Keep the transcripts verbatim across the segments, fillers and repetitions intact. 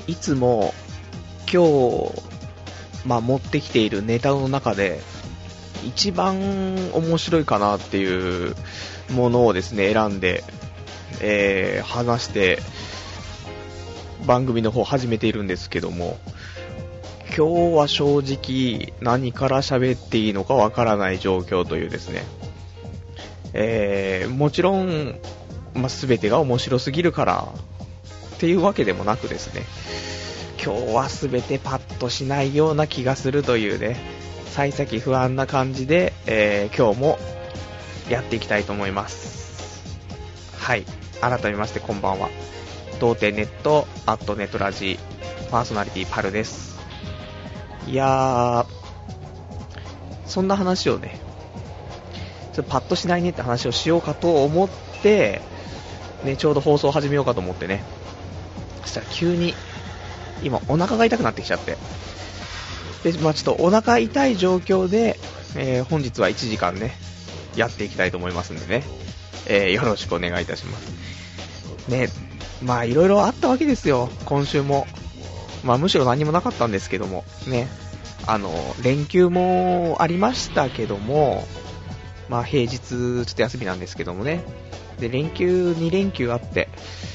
いつも今日、まあ、持ってきているネタの中で一番面白いかなっていうものをですね選んで、えー、話して番組の方始めているんですけども、今日は正直何から喋っていいのかわからない状況というですね、えー、もちろん、まあ、全てが面白すぎるからっていうわけでもなくですね、今日は全てパッとしないような気がするというね、幸先不安な感じで、えー、今日もやっていきたいと思います。はい、改めましてこんばんは。童貞ネットアットネットラジパーソナリティパルです。いやー、そんな話をね、ちょっとパッとしないねって話をしようかと思って、ね、ちょうど放送を始めようかと思ってね、そしたら急に今お腹が痛くなってきちゃって、で、まあ、ちょっとお腹痛い状況で、えー、本日はいちじかんねやっていきたいと思いますんでね、えー、よろしくお願いいたしますね。まあいろいろあったわけですよ今週も。まあむしろ何もなかったんですけどもね、あの連休もありましたけども、まあ平日ちょっと休みなんですけどもね、で連休に連休あって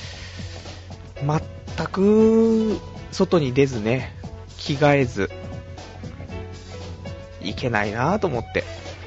全く外に出ずね、着替えずいけないなと思って、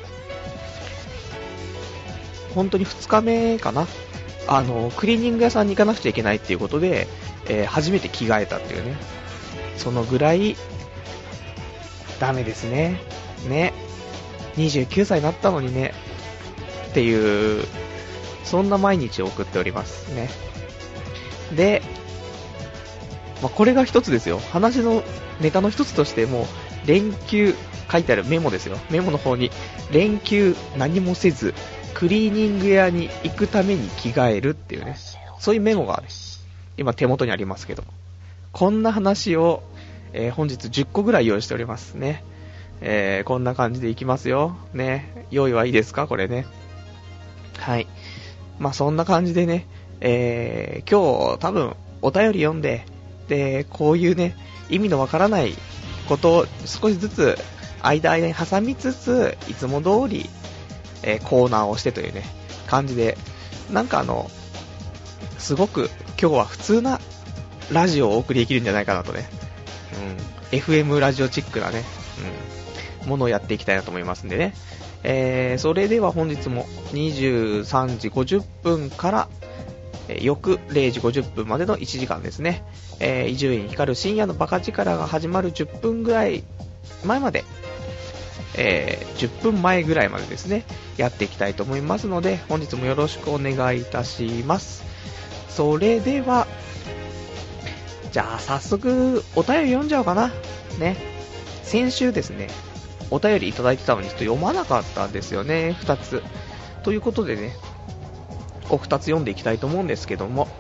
本当にふつかめかな、あのクリーニング屋さんに行かなくちゃいけないっていうことで、えー、初めて着替えたっていうね、そのぐらいダメですね。ね、にじゅうきゅうさいになったのにねっていう、そんな毎日を送っておりますね。で、まあ、これが一つですよ。話のネタの一つとしてもう連休書いてあるメモですよ。メモの方に連休何もせずクリーニング屋に行くために着替えるっていうね、そういうメモが、ね、今手元にありますけど、こんな話を、えー、本日じゅっこぐらい用意しておりますね。えー、こんな感じでいきますよね。用意はいいですかこれね。はい、まあそんな感じでね、えー、今日多分お便り読んで、でこういうね意味のわからないことを少しずつ間間に挟みつつ、いつも通り、えー、コーナーをしてというね感じで、なんかあのすごく今日は普通なラジオをお送りできるんじゃないかなとね、うん、エフエム ラジオチックなね、うん、ものをやっていきたいなと思いますんでね、えー、それでは本日もにじゅうさんじごじゅっぷんから翌れいじごじゅっぷんまでのいちじかんですね。伊集院光る深夜のバカ力が始まるじゅっぷんぐらい前まで、えー、じゅっぷんまえぐらいまでですねやっていきたいと思いますので、本日もよろしくお願いいたします。それではじゃあ早速お便り読んじゃおうかなね。先週ですねお便りいただいてたのにちょっと読まなかったんですよね、ふたつということでね、おふたつ読んでいきたいと思うんですけども、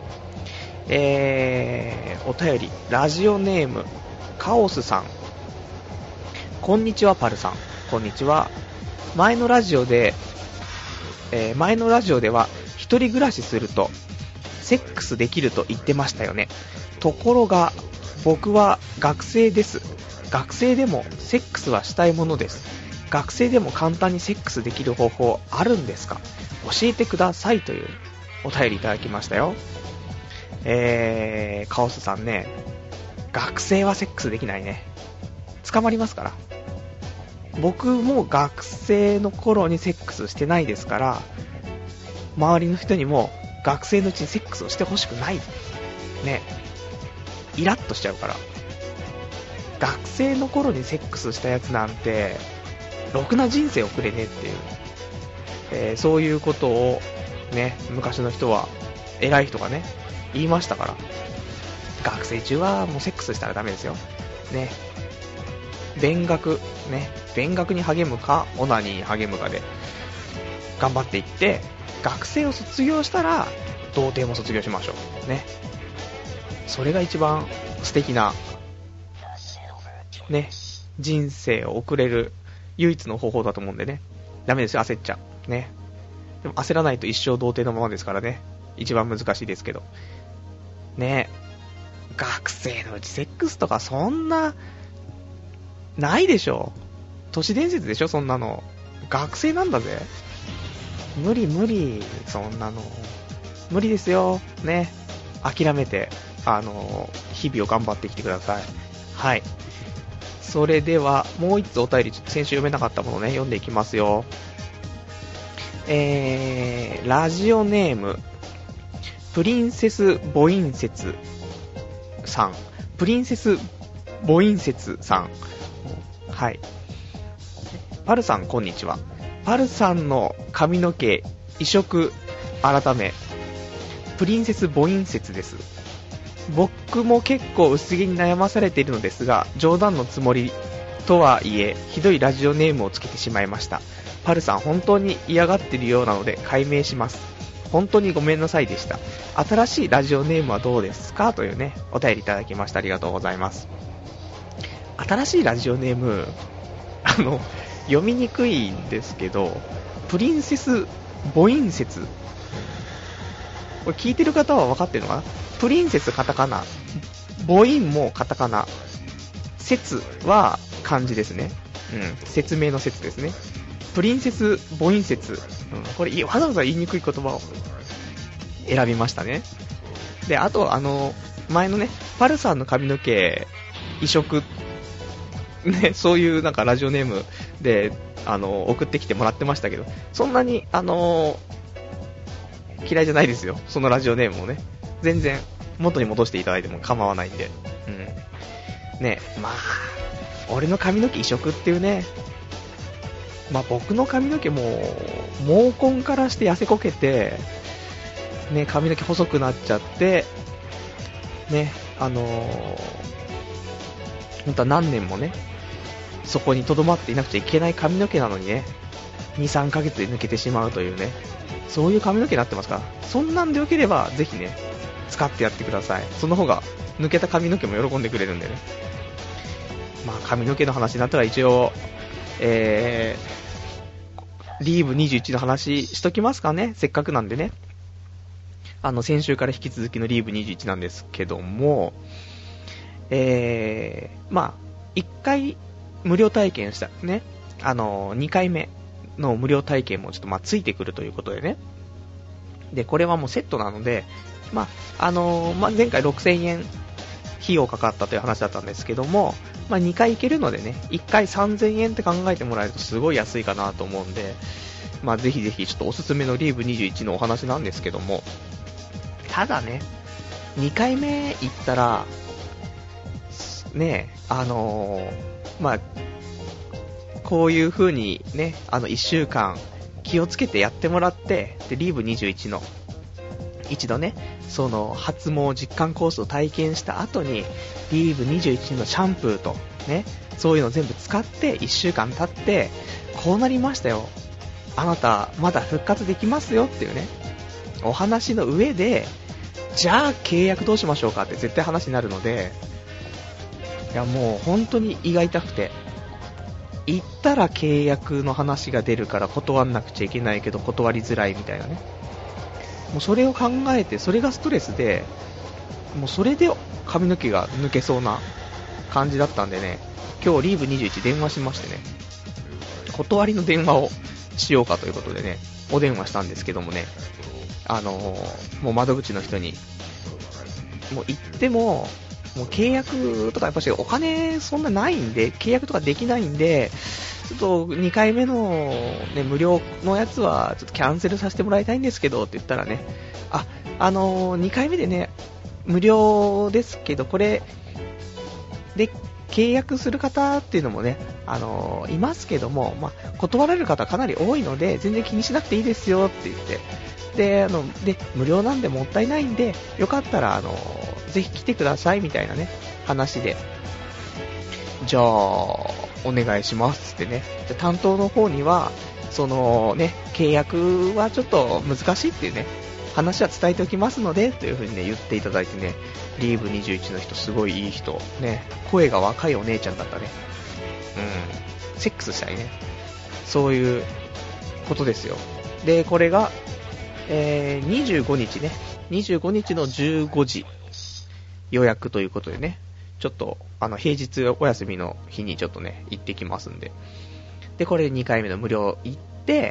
えー、お便りラジオネームカオスさん、こんにちはパルさん。こんにちは。前のラジオで、えー、前のラジオでは一人暮らしするとセックスできると言ってましたよね。ところが僕は学生です。学生でもセックスはしたいものです。学生でも簡単にセックスできる方法あるんですか？教えてくださいというお便りいただきましたよ。えー、カオスさんね、学生はセックスできないね。捕まりますから。僕も学生の頃にセックスしてないですから、周りの人にも学生のうちにセックスをしてほしくないね。イラッとしちゃうから。学生の頃にセックスしたやつなんてろくな人生送れねえっていう、えー、そういうことをね、昔の人は、偉い人がね言いましたから、学生中はもうセックスしたらダメですよね。勉学ね、勉学に励むかオナニーに励むかで頑張っていって、学生を卒業したら童貞も卒業しましょうね。それが一番素敵なね人生を送れる唯一の方法だと思うんでね。ダメですよ、焦っちゃうね。でも焦らないと一生童貞のままですからね。一番難しいですけどね。 学生のうちセックスとかそんな、ないでしょ。都市伝説でしょ、そんなの。学生なんだぜ。無理無理、そんなの。無理ですよ。ね。諦めて、あの、日々を頑張ってきてください。はい。それでは、もう一つお便り、ちょっと先週読めなかったものね、読んでいきますよ。えー、ラジオネーム、プリンセスボインセツさん。プリンセスボインセツさん。はい。パルさん、こんにちは。パルさんの髪の毛移植改めプリンセスボインセツです。僕も結構薄毛に悩まされているのですが、冗談のつもりとはいえひどいラジオネームをつけてしまいました。パルさん本当に嫌がっているようなので解明します。本当にごめんなさいでした。新しいラジオネームはどうですかというね、お便りいただきました。ありがとうございます。新しいラジオネーム、あの読みにくいんですけど、プリンセスボインセツ、これ聞いてる方は分かってるのかな。プリンセスカタカナ、ボインもカタカナ、セツは漢字ですね。うん、説明の説ですね。プリンセスボインセツ、うん、これわざわざ言いにくい言葉を選びましたね。で、あとあの前のね、パルさんの髪の毛移植ね、そういうなんかラジオネームであの送ってきてもらってましたけど、そんなにあの嫌いじゃないですよ、そのラジオネームをね。全然元に戻していただいても構わないんで、うん、ね、まあ俺の髪の毛移植っていうね、まあ僕の髪の毛も毛根からして痩せこけてね、髪の毛細くなっちゃってね、あのー、本当は何年もねそこに留まっていなくちゃいけない髪の毛なのにね、 にさんかげつで抜けてしまうというね、そういう髪の毛になってますから、そんなんでよければぜひね使ってやってください。その方が抜けた髪の毛も喜んでくれるんでね。まあ髪の毛の話になったら一応えー、リーブにじゅういちの話しときますかね、せっかくなんでね。あの先週から引き続きのリーブにじゅういちなんですけども、えー、まあいっかい無料体験したね、あのにかいめの無料体験もちょっとまあついてくるということでね。でこれはもうセットなので、まああのーまあ、前回ろくせんえん費用かかったという話だったんですけども、まあ、にかい行けるのでね、いっかいさんぜんえんって考えてもらえるとすごい安いかなと思うんで、まあ、ぜひぜひちょっとおすすめのリーブにじゅういちのお話なんですけども、ただねにかいめ行ったらね、あのー、まあこういう風にね、あのいっしゅうかん気をつけてやってもらって、でリーブにじゅういちの一度ね、その発毛実感コースを体験した後にリーブにじゅういちのシャンプーとね、そういうの全部使っていっしゅうかん経ってこうなりましたよ、あなたまだ復活できますよっていうねお話の上で、じゃあ契約どうしましょうかって絶対話になるので、いやもう本当に胃が痛くて、行ったら契約の話が出るから断んなくちゃいけないけど断りづらいみたいなね、もうそれを考えて、それがストレスで、もうそれで髪の毛が抜けそうな感じだったんでね、今日リーブにじゅういち電話しましてね、断りの電話をしようかということでね、お電話したんですけどもね、あのー、もう窓口の人に、もう行っても、もう契約とかやっぱしお金そんなないんで、契約とかできないんで、ちょっとにかいめの、ね、無料のやつはちょっとキャンセルさせてもらいたいんですけどって言ったらね、あ、あのー、にかいめでね無料ですけどこれで契約する方っていうのもね、あのー、いますけども、まあ、断られる方かなり多いので全然気にしなくていいですよって言って、で、あので無料なんでもったいないんでよかったら、あのー、ぜひ来てくださいみたいなね話で、じゃあお願いしますってね、で担当の方にはそのね契約はちょっと難しいっていうね話は伝えておきますのでという風にね言っていただいてね、リーブにじゅういちの人すごいいい人ね、声が若いお姉ちゃんだったね、うん、セックスしたいね、そういうことですよ。でこれが、えー、にじゅうごにちね、にじゅうごにちのじゅうごじ予約ということでね、ちょっとあの平日お休みの日にちょっとね行ってきますんで、でこれでにかいめの無料行って、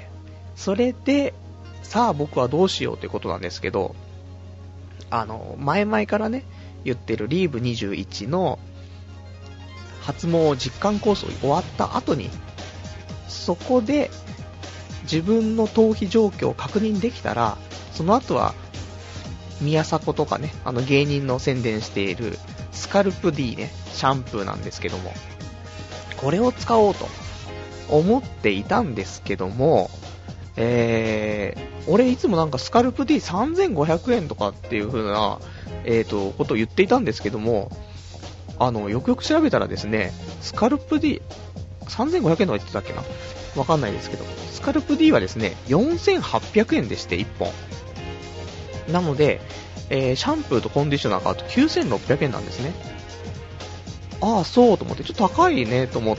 それでさあ僕はどうしようということなんですけど、あの前々からね言ってるリーブにじゅういちの発毛実感コースを終わった後に、そこで自分の頭皮状況を確認できたら、その後は宮迫とかね、あの芸人の宣伝しているスカルプ D ね、シャンプーなんですけども、これを使おうと思っていたんですけども、えー、俺いつもなんかスカルプ ディーさんぜんごひゃくえんとかっていう風な、えーと、ことを言っていたんですけども、あの、よくよく調べたらですね、スカルプ D、さんぜんごひゃくえんとか言ってたっけな、わかんないですけど、スカルプ D はですね、よんせんはっぴゃくえんでして、いっぽん。なので、えー、シャンプーとコンディショナー買うときゅうせんろっぴゃくえんなんですね。ああ、そうと思って、ちょっと高いねと思って、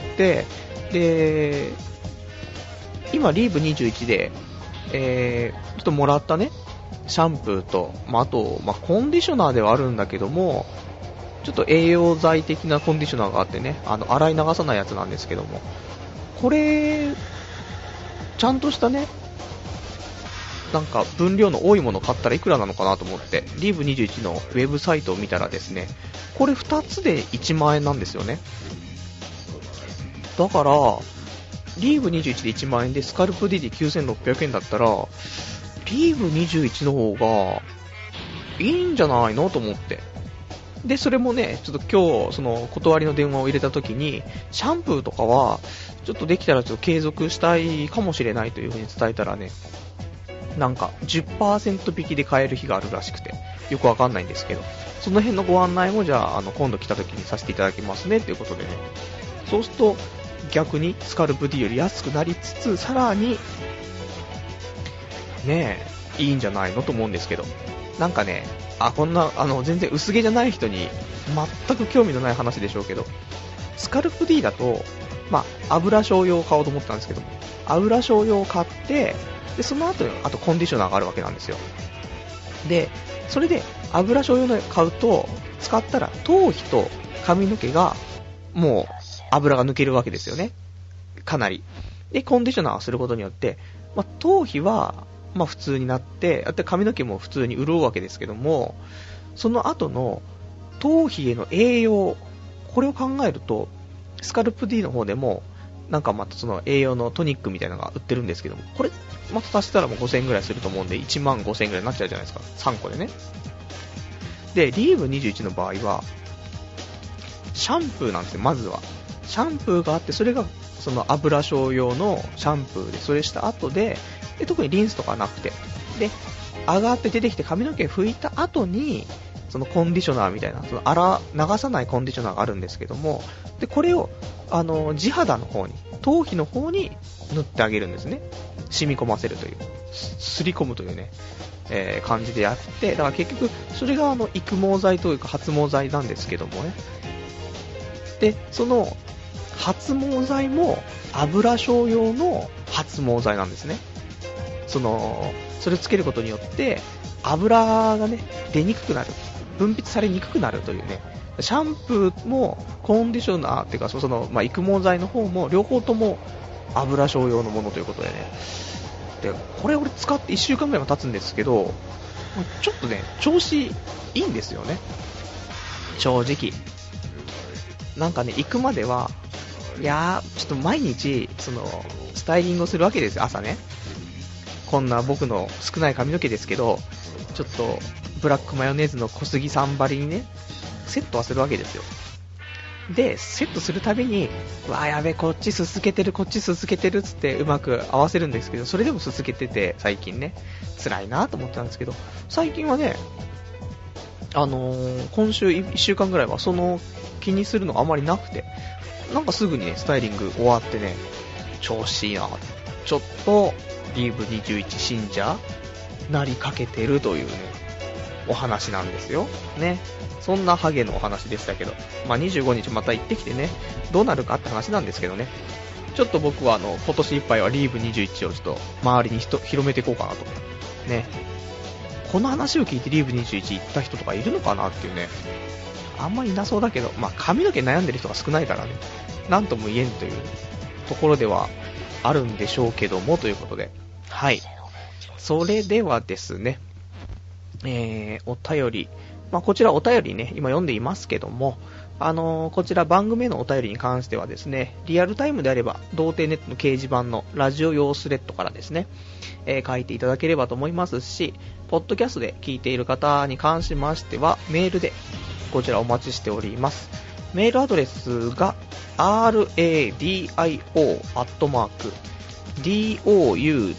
で、今リーブにじゅういちで、えー、ちょっともらったね、シャンプーと、まあ、あと、まあ、コンディショナーではあるんだけども、ちょっと栄養剤的なコンディショナーがあってね、あの洗い流さないやつなんですけども、これちゃんとしたね、なんか分量の多いものを買ったらいくらなのかなと思ってリーブにじゅういちのウェブサイトを見たらですね、これふたつでいちまんえんなんですよね。だからリーブにじゅういちでいちまんえんでスカルプ D できゅうせんろっぴゃくえんだったら、リーブにじゅういちの方がいいんじゃないのと思って、でそれもね、ちょっと今日その断りの電話を入れた時に、シャンプーとかはちょっとできたらちょっと継続したいかもしれないという風に伝えたらね、なんか じゅっパーセント 引きで買える日があるらしくて、よくわかんないんですけど、その辺のご案内もじゃあ、あの今度来た時にさせていただきますねということでね、そうすると逆にスカルプ D より安くなりつつ、さらにねえいいんじゃないのと思うんですけど、なんかね、あこんなあの全然薄毛じゃない人に全く興味のない話でしょうけど、スカルプ D だと、まあ、油少用を買おうと思ったんですけども、油少用を買って、でその後にあとコンディショナーがあるわけなんですよ。でそれで油少用の買うと、使ったら頭皮と髪の毛がもう油が抜けるわけですよね、かなり。でコンディショナーをすることによって、まあ、頭皮はまあ普通になって、あと髪の毛も普通に潤うわけですけども、その後の頭皮への栄養、これを考えるとスカルプ D の方でもなんかまたその栄養のトニックみたいなのが売ってるんですけども、これまた足したらもうごせんえんぐらいすると思うんで、いちまんごせんえんぐらいになっちゃうじゃないですか、さんこでね。でリーブにじゅういちの場合はシャンプーなんですよ。まずはシャンプーがあって、それがその油少用のシャンプーで、それした後で、で特にリンスとかなくて、で上がって出てきて髪の毛拭いた後にそのコンディショナーみたいな、その洗流さないコンディショナーがあるんですけども、でこれをあの地肌の方に、頭皮の方に塗ってあげるんですね。染み込ませるという、すり込むというね、えー、感じでやって、だから結局それがあの育毛剤というか発毛剤なんですけどもね。でその発毛剤も油少用の発毛剤なんですね。そのそれをつけることによって油がね出にくくなる、分泌されにくくなるというね。シャンプーもコンディショナーっていうか、その、まあ、育毛剤の方も両方とも油少用のものということでね。でこれ俺使っていっしゅうかんぐらいも経つんですけど、ちょっとね調子いいんですよね、正直。なんかね、行くまではいやーちょっと毎日そのスタイリングをするわけですよ、朝ね。こんな僕の少ない髪の毛ですけど、ちょっとブラックマヨネーズの小杉さんばりにねセットはするわけですよ。でセットするたびに、わーやべこっちすすけてるこっちすすけてるっつってうまく合わせるんですけど、それでもすすけてて最近ね辛いなと思ってたんですけど、最近はねあのー、今週いっしゅうかんぐらいはその気にするのがあまりなくて、なんかすぐにねスタイリング終わってね調子いいな、ちょっとリーブにじゅういち信者なりかけてるというねお話なんですよね。そんなハゲのお話でしたけど、まあ、にじゅうごにちまた行ってきてねどうなるかって話なんですけどね、ちょっと僕はあの今年いっぱいはリーブにじゅういちをちょっと周りに人広めていこうかなとね。この話を聞いてリーブにじゅういち行った人とかいるのかなっていうね、 あんまりいなそうだけど、まあ髪の毛悩んでる人が少ないからね、なんとも言えんというところではあるんでしょうけども、ということで。はい。それではですね、えー、お便り、まあこちらお便りね、今読んでいますけども、あのー、こちら番組へのお便りに関してはですね、リアルタイムであれば、童貞ネットの掲示板のラジオ用スレッドからですね、えー、書いていただければと思いますし、ポッドキャストで聞いている方に関しましては、メールでこちらお待ちしております。メールアドレスが ラディオ アットマーク ド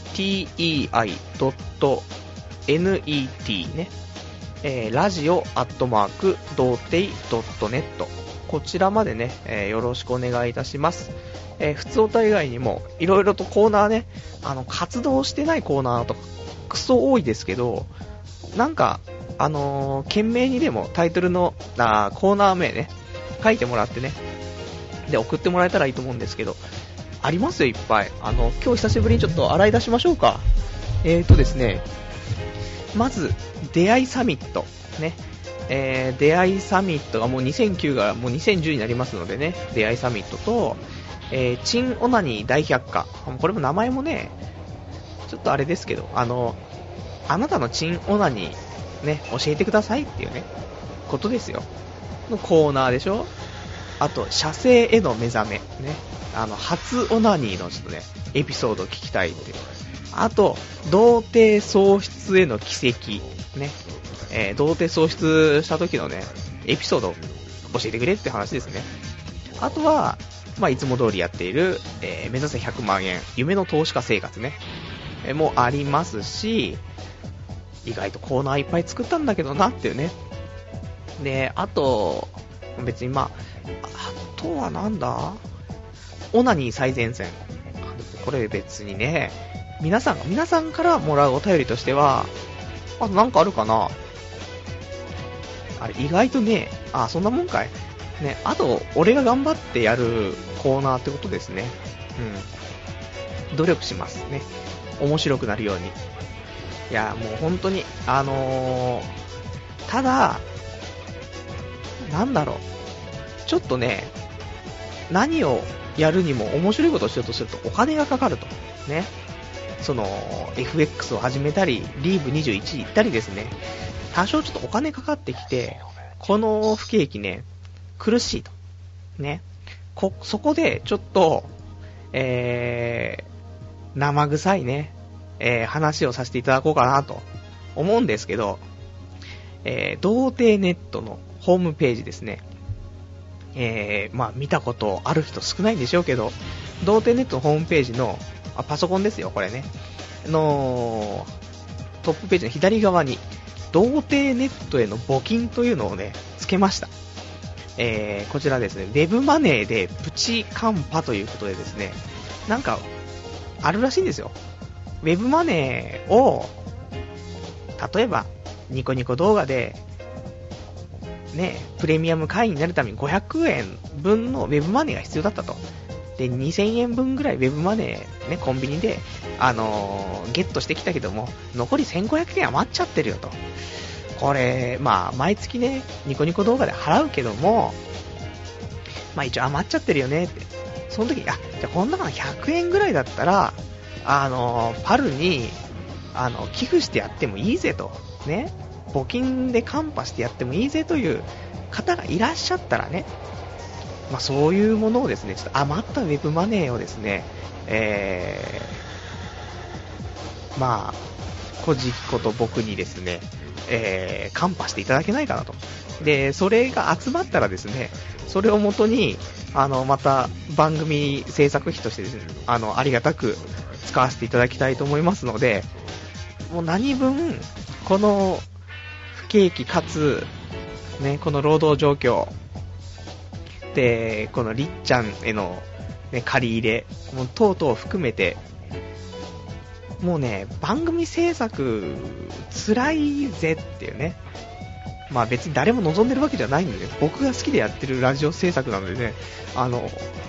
ゥテッ ね、えー、ラジオアットマーク童貞 .net こちらまでね、えー、よろしくお願いいたします。えー、普通おた以外にもいろいろとコーナーね、あの活動してないコーナーとかクソ多いですけど、なんかあのー、懸命にでもタイトルのあーコーナー名ね書いてもらってね、で送ってもらえたらいいと思うんですけど、ありますよいっぱい。あの今日久しぶりにちょっと洗い出しましょうか。えーとですね、まず出会いサミットね、えー、出会いサミットがもうにせんきゅうがもうにせんじゅうになりますのでね、出会いサミットと、えー、チンオナニー大百科、これも名前もねちょっとあれですけど、あのあなたのチンオナニーね教えてくださいっていうねことですよのコーナーでしょ。あと射精への目覚めね、あの初オナニーのちょっとねエピソードを聞きたいっていう。あと童貞喪失への奇跡ね、えー、童貞喪失した時のねエピソードを教えてくれって話ですね。あとはまあいつも通りやっている、えー、目指せひゃくまんえん夢の投資家生活ね、えー、もありますし、意外とコーナーいっぱい作ったんだけどなっていうね。で、あと別にまああとはなんだ、オナニー最前線、これ別にね皆さんが皆さんからもらうお便りとしては、あとなんかあるかな。あれ意外とね、あそんなもんかいね。あと俺が頑張ってやるコーナーってことですね。うん、努力しますね、面白くなるように。いやもう本当にあのー、ただなんだろう、ちょっとね何をやるにも面白いことをしようとするとお金がかかるとね。その エフエックス を始めたりリーブにじゅういち行ったりですね、多少ちょっとお金かかってきて、この不景気ね苦しいとね、こそこでちょっと、えー、生臭いね、えー、話をさせていただこうかなと思うんですけど、えー、童貞ネットのホームページですね、えー、まあ見たことある人少ないんでしょうけど、童貞ネットのホームページのあパソコンですよこれねのトップページの左側に童貞ネットへの募金というのをねつけました。えー、こちらですね、ウェブマネーでプチカンパということでですね、なんかあるらしいんですよ。ウェブマネーを例えばニコニコ動画でねプレミアム会員になるためにごひゃくえんぶんのウェブマネーが必要だったと。でにせんえんぶんぐらいウェブマネー、ね、コンビニで、あのー、ゲットしてきたけども残りせんごひゃくえん余っちゃってるよと。これまあ毎月ねニコニコ動画で払うけども、まあ一応余っちゃってるよねって。その時にあじゃあこんなのひゃくえんぐらいだったらあのー、パルにあの寄付してやってもいいぜとね、募金でカンパしてやってもいいぜという方がいらっしゃったらね、まあ、そういうものをですね、ちょっと余ったウェブマネーをですね、えー、まあ、こじきこと僕にですね、えー、カンパしていただけないかなと。で、それが集まったらですね、それをもとに、あの、また番組制作費としてですね、あの、ありがたく使わせていただきたいと思いますので、もう何分、この不景気かつ、ね、この労働状況、でこのりっちゃんへの、ね、借り入れもう等々含めてもうね番組制作辛いぜっていうね、まあ別に誰も望んでるわけじゃないんで、ね、僕が好きでやってるラジオ制作なのでね、あの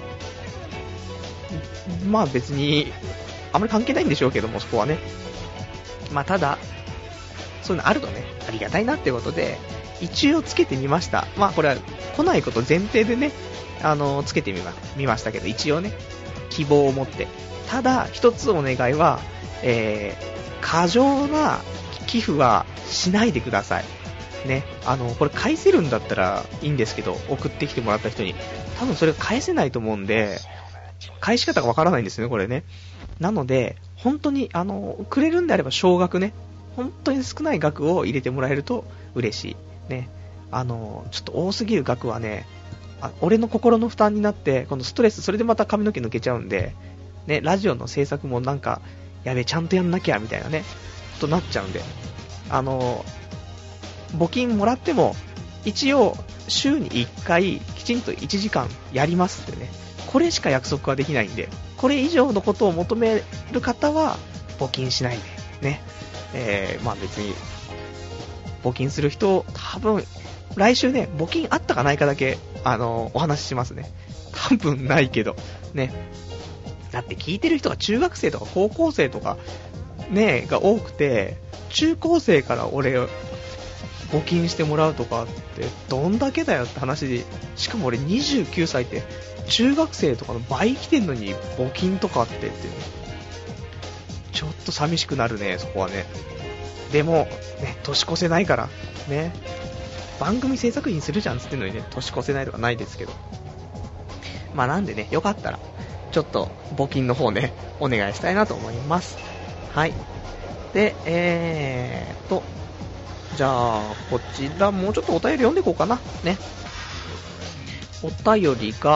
まあ別にあまり関係ないんでしょうけども、そこはね、まあただそういうのあるとねありがたいなっていうことで一応つけてみました。まあこれは来ないこと前提でね、あのつけてみ ま, 見ましたけど、一応ね、希望を持って。ただ一つお願いは、えー、過剰な寄付はしないでくださいね。あのこれ返せるんだったらいいんですけど、送ってきてもらった人に多分それ返せないと思うんで、返し方がわからないんですね、これね。なので本当にあのくれるんであれば少額ね、本当に少ない額を入れてもらえると嬉しいね。あのちょっと多すぎる額はね、あ俺の心の負担になって、このストレス、それでまた髪の毛抜けちゃうんでね、ラジオの制作もなんかやべちゃんとやんなきゃみたいなねとなっちゃうんで、あの募金もらっても一応週にいっかいきちんといちじかんやりますってね、これしか約束はできないんで、これ以上のことを求める方は募金しないでね。えー、まあ別に募金する人、多分来週ね、募金あったかないかだけあのお話ししますね。多分ないけどね。だって聞いてる人が中学生とか高校生とかねが多くて、中高生から俺募金してもらうとかってどんだけだよって話で、しかも俺にじゅうきゅうさいって中学生とかの倍来てんのに募金とかってっていう、ちょっと寂しくなるね、そこはね。でもね、年越せないからね、番組制作費にするじゃんつってんのにね、年越せないとかないですけど、まあなんでね、よかったらちょっと募金の方ね、お願いしたいなと思います。はい。で、えーとじゃあこちらもうちょっとお便り読んでいこうかなね。お便りが、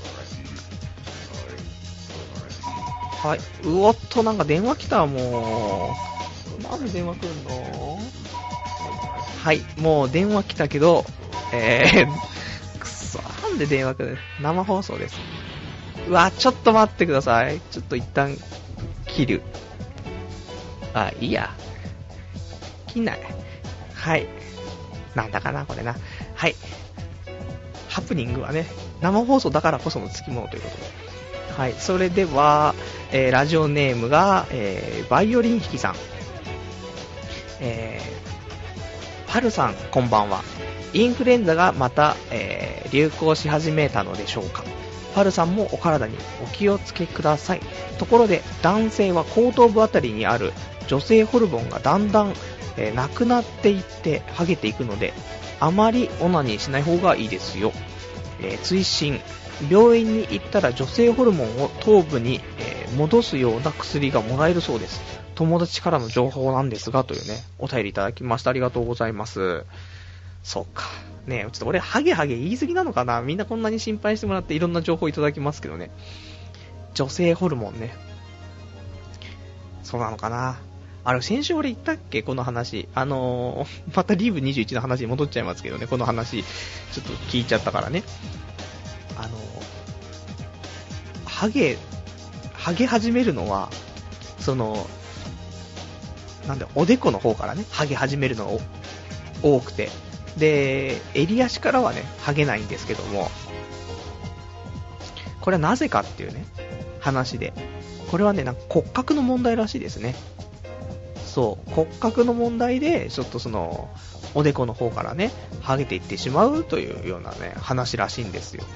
はい、うおっと、なんか電話来た。もうなんで電話来るの。はい、もう電話来たけど、えーくそ、なんで電話来る。生放送です。うわ、ちょっと待ってください。ちょっと一旦切る。あ、いいや、切んない。はい、なんだかなこれな。はい、ハプニングはね、生放送だからこそのつきものということで。はい、それでは、えー、ラジオネームが、えー、バイオリン弾きさん。えー、パルさんこんばんは。インフルエンザがまた、えー、流行し始めたのでしょうか。パルさんもお体にお気をつけください。ところで男性は後頭部あたりにある女性ホルモンがだんだん、えー、なくなっていってハゲていくので、あまりオナニーしない方がいいですよ。えー、追伸、病院に行ったら女性ホルモンを頭部に、えー、戻すような薬がもらえるそうです。友達からの情報なんですが、というね、お便りいただきました。ありがとうございます。そうかね、ちょっと俺ハゲハゲ言い過ぎなのかな。みんなこんなに心配してもらっていろんな情報いただきますけどね。女性ホルモンね、そうなのかな。あれ先週俺言ったっけこの話。あのー、またリーブにじゅういちの話に戻っちゃいますけどね、この話ちょっと聞いちゃったからね。あのー、ハゲハゲ始めるのはそのなんでおでこの方からねハゲ始めるの多くて、で襟足からはねハゲないんですけども、これはなぜかっていうね話で、これはねなんか骨格の問題らしいですね。そう骨格の問題でちょっとそのおでこの方からねハゲていってしまうというようなね話らしいんですよ。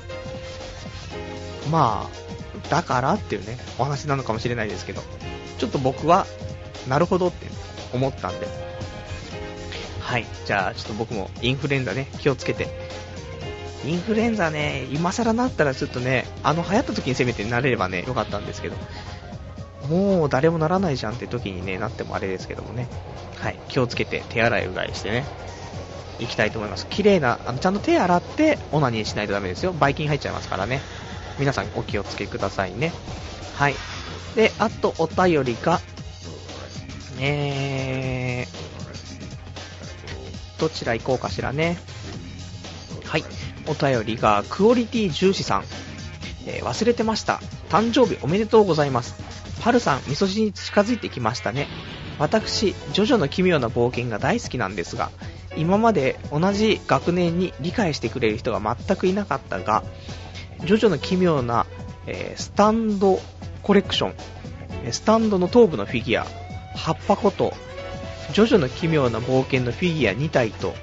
まあだからっていうねお話なのかもしれないですけど、ちょっと僕はなるほどって思ったんで、はい、じゃあちょっと僕もインフルエンザね気をつけて、インフルエンザね今更なったらちょっとね、あの流行った時にせめてなれればねよかったんですけど、もう誰もならないじゃんって時にねなってもあれですけどもね、はい、気をつけて手洗いうがいしてね行きたいと思います。綺麗なあのちゃんと手洗ってオナニーしないとダメですよ。ばい菌入っちゃいますからね、皆さんお気をつけくださいね。はい。であとお便りがえーどちら行こうかしらね。はい、お便りがクオリティ重視さん、えー、忘れてました。誕生日おめでとうございます。パルさん味噌汁に近づいてきましたね。私ジョジョの奇妙な冒険が大好きなんですが、今まで同じ学年に理解してくれる人が全くいなかったが、ジョジョの奇妙な、えー、スタンドコレクション、スタンドの頭部のフィギュアはっぱことジョジョの奇妙な冒険のフィギュアにたいと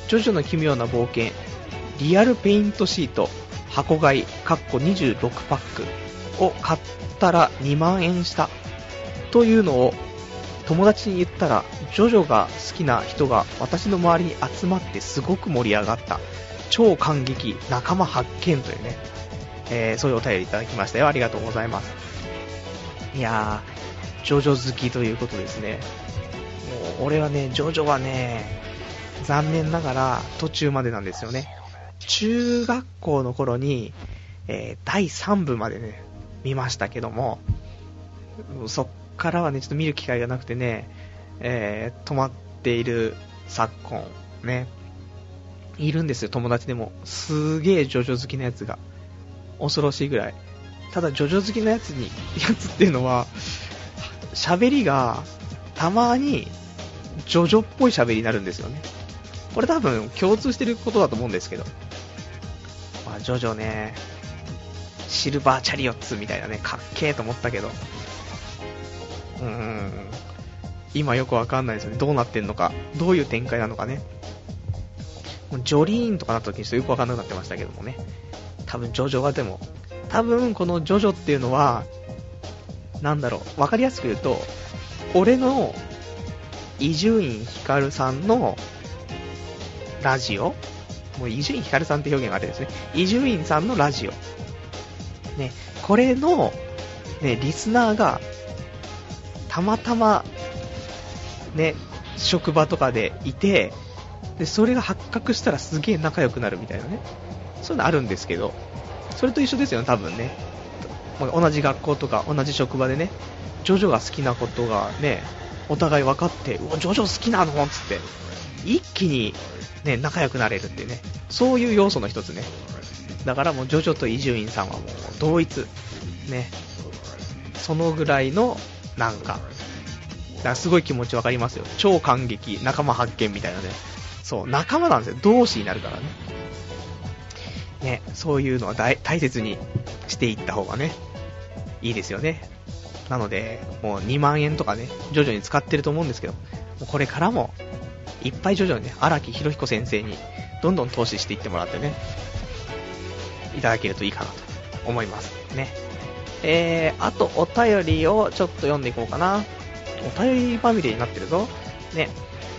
ジョジョの奇妙な冒険リアルペイントシート箱買いかっこにじゅうろくパックを買ったらにまんえんしたというのを友達に言ったら、ジョジョが好きな人が私の周りに集まってすごく盛り上がった。超感激、仲間発見というね、えー、そういうお便りいただきましたよ。ありがとうございます。いやー、ジョジョ好きということですね。もう俺はね、ジョジョはね、残念ながら途中までなんですよね。中学校の頃に、えー、だいさんぶまでね、見ましたけども、そっからはね、ちょっと見る機会がなくてね、えー、止まっている昨今、ね、いるんですよ、友達でも。すげージョジョ好きなやつが。恐ろしいぐらい。ただ、ジョジョ好きなやつに、やつっていうのは、喋りが、たまに、ジョジョっぽい喋りになるんですよね。これ多分、共通してることだと思うんですけど。まあ、ジョジョね、シルバーチャリオッツみたいなね、かっけーと思ったけど、うーん、今よくわかんないですよね。どうなってんのか、どういう展開なのかね。もうジョリーンとかなった時にちょっとよくわかんなくなってましたけどもね。多分ジョジョはでも、多分このジョジョっていうのは、なんだろう、わかりやすく言うと、俺の伊集院光さんのラジオ、もう伊集院光さんって表現があれですね。伊集院さんのラジオ。ね、これの、ね、リスナーが、たまたま、ね、職場とかでいて、で、それが発覚したらすげえ仲良くなるみたいなね。そういうのあるんですけど、それと一緒ですよね、多分ね。同じ学校とか同じ職場でね、ジョジョが好きなことがね、お互い分かって、うわ、ジョジョ好きなのつって、一気にね、仲良くなれるっていうね、そういう要素の一つね。だからもうジョジョと伊集院さんはもう同一。ね。そのぐらいの、なんか、だからすごい気持ちわかりますよ。超感激、仲間発見みたいなね。そう、仲間なんですよ。同志になるからね。ね、そういうのは大大切にしていった方がね、いいですよね。なので、もうにまんえんとかね、徐々に使ってると思うんですけど、もうこれからも、いっぱい徐々にね、荒木博彦先生に、どんどん投資していってもらってね、いただけるといいかなと思いますね。えー、あとお便りをちょっと読んでいこうかな。お便りまみれになってるぞ。ね。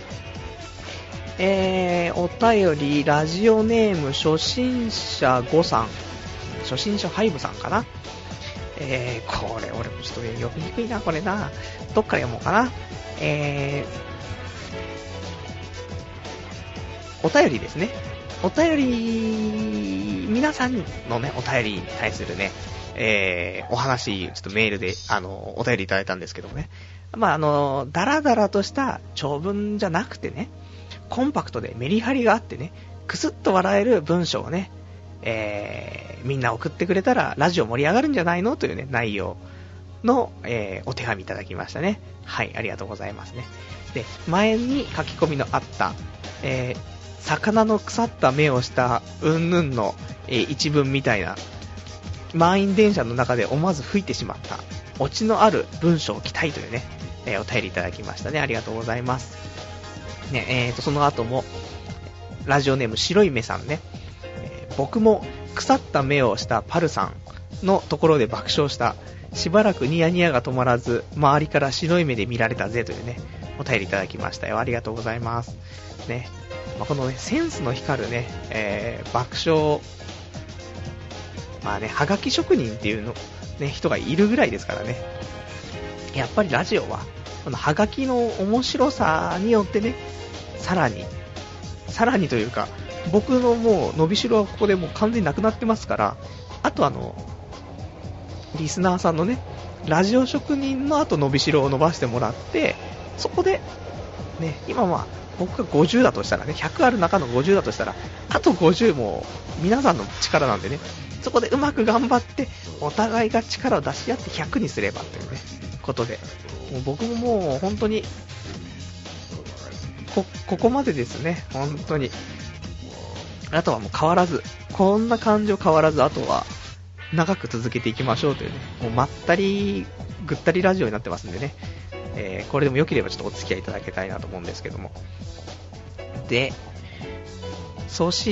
えー、お便り、ラジオネーム、初心者ごさん。初心者ファイブさんかな。えー、これ、俺もちょっと読みにくいな、これな。どっから読もうかな。えー、お便りですね。お便り、皆さんのね、お便りに対するね、えー、お話、ちょっとメールで、あの、お便りいただいたんですけどもね。まあ、あの、だらだらとした長文じゃなくてね、コンパクトでメリハリがあってね、クスッと笑える文章をね、えー、みんな送ってくれたらラジオ盛り上がるんじゃないのというね、内容の、えー、お手紙いただきましたね。はい、ありがとうございますね。で、前に書き込みのあった、えー、魚の腐った目をしたうんぬんの、えー、一文みたいな、満員電車の中で思わず吹いてしまったオチのある文章を期待というね、えー、お便りいただきましたね。ありがとうございます。ね、えーと、その後も、ラジオネーム白い目さんね、えー、僕も腐った目をしたパルさんのところで爆笑した。しばらくニヤニヤが止まらず、周りから白い目で見られたぜというね、お便りいただきましたよ。ありがとうございます。ね、まあ、このね、センスの光るね、えー、爆笑、まあね、はがき職人っていうの、ね、人がいるぐらいですからね。やっぱりラジオは、このはがきの面白さによってね、さらに、さらにというか、僕のもう伸びしろはここでもう完全になくなってますから、あとあの、リスナーさんのね、ラジオ職人の後伸びしろを伸ばしてもらって、そこで、ね、今まあ、僕がごじゅうだとしたらね、ひゃくある中のごじゅうだとしたら、あとごじゅうも皆さんの力なんでね、そこでうまく頑張って、お互いが力を出し合ってひゃくにすればというね、ことで、もう僕ももう本当に、こ、ここまでですね、本当に。あとはもう変わらず、こんな感情変わらず、あとは長く続けていきましょうというね、もうまったり、ぐったりラジオになってますんでね、えー、これでも良ければちょっとお付き合いいただきたいなと思うんですけども。で、 そして、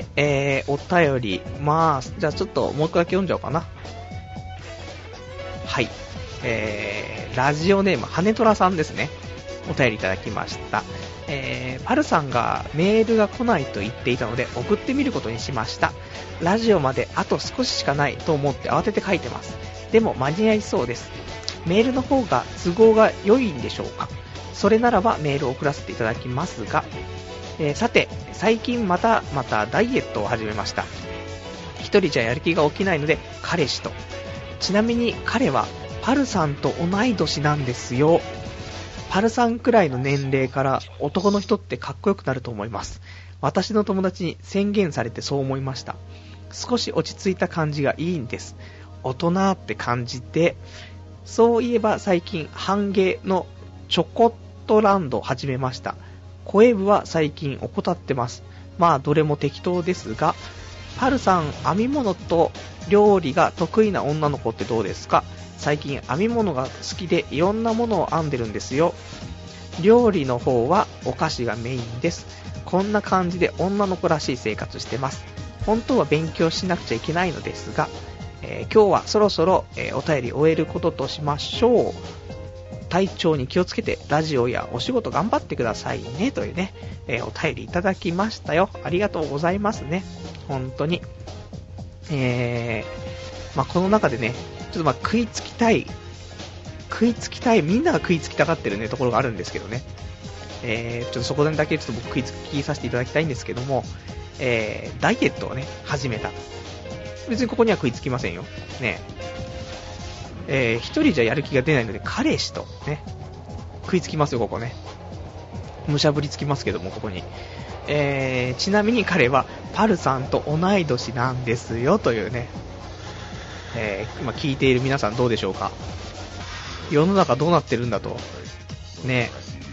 えー、お便り、まあ、じゃあちょっともう一回だけ読んじゃおうかな。はい。えー、ラジオネーム、羽虎さんですね。お便りいただきました。えー、パルさんがメールが来ないと言っていたので送ってみることにしました。ラジオまであと少ししかないと思って慌てて書いてます。でも間に合いそうです。メールの方が都合が良いんでしょうか。それならばメールを送らせていただきますが、えー、さて最近またまたダイエットを始めました。一人じゃやる気が起きないので彼氏と。ちなみに彼はパルさんと同い年なんですよ。パルさんくらいの年齢から男の人ってかっこよくなると思います。私の友達に宣言されてそう思いました。少し落ち着いた感じがいいんです。大人って感じで。そういえば最近半芸のチョコットランド始めました。声部は最近怠ってます。まあどれも適当ですが、パルさん編み物と料理が得意な女の子ってどうですか？最近編み物が好きでいろんなものを編んでるんですよ。料理の方はお菓子がメインです。こんな感じで女の子らしい生活してます。本当は勉強しなくちゃいけないのですが、えー、今日はそろそろ、えー、お便り終えることとしましょう。体調に気をつけてラジオやお仕事頑張ってくださいねというね、えー、お便りいただきましたよ。ありがとうございますね。本当に。えー、まあ、この中でね、ちょっとまあ食いつきたい、食いつきたい、みんなが食いつきたがってるねところがあるんですけどね。えー、ちょっとそこだけちょっと僕食いつきさせていただきたいんですけども、えー、ダイエットをね、始めた。別にここには食いつきませんよ。ねえー、一人じゃやる気が出ないので彼氏とね、食いつきますよ、ここね。むしゃぶりつきますけども、ここに。えー、ちなみに彼はパルさんと同い年なんですよ、というね。えー、今聞いている皆さんどうでしょうか。世の中どうなってるんだとね、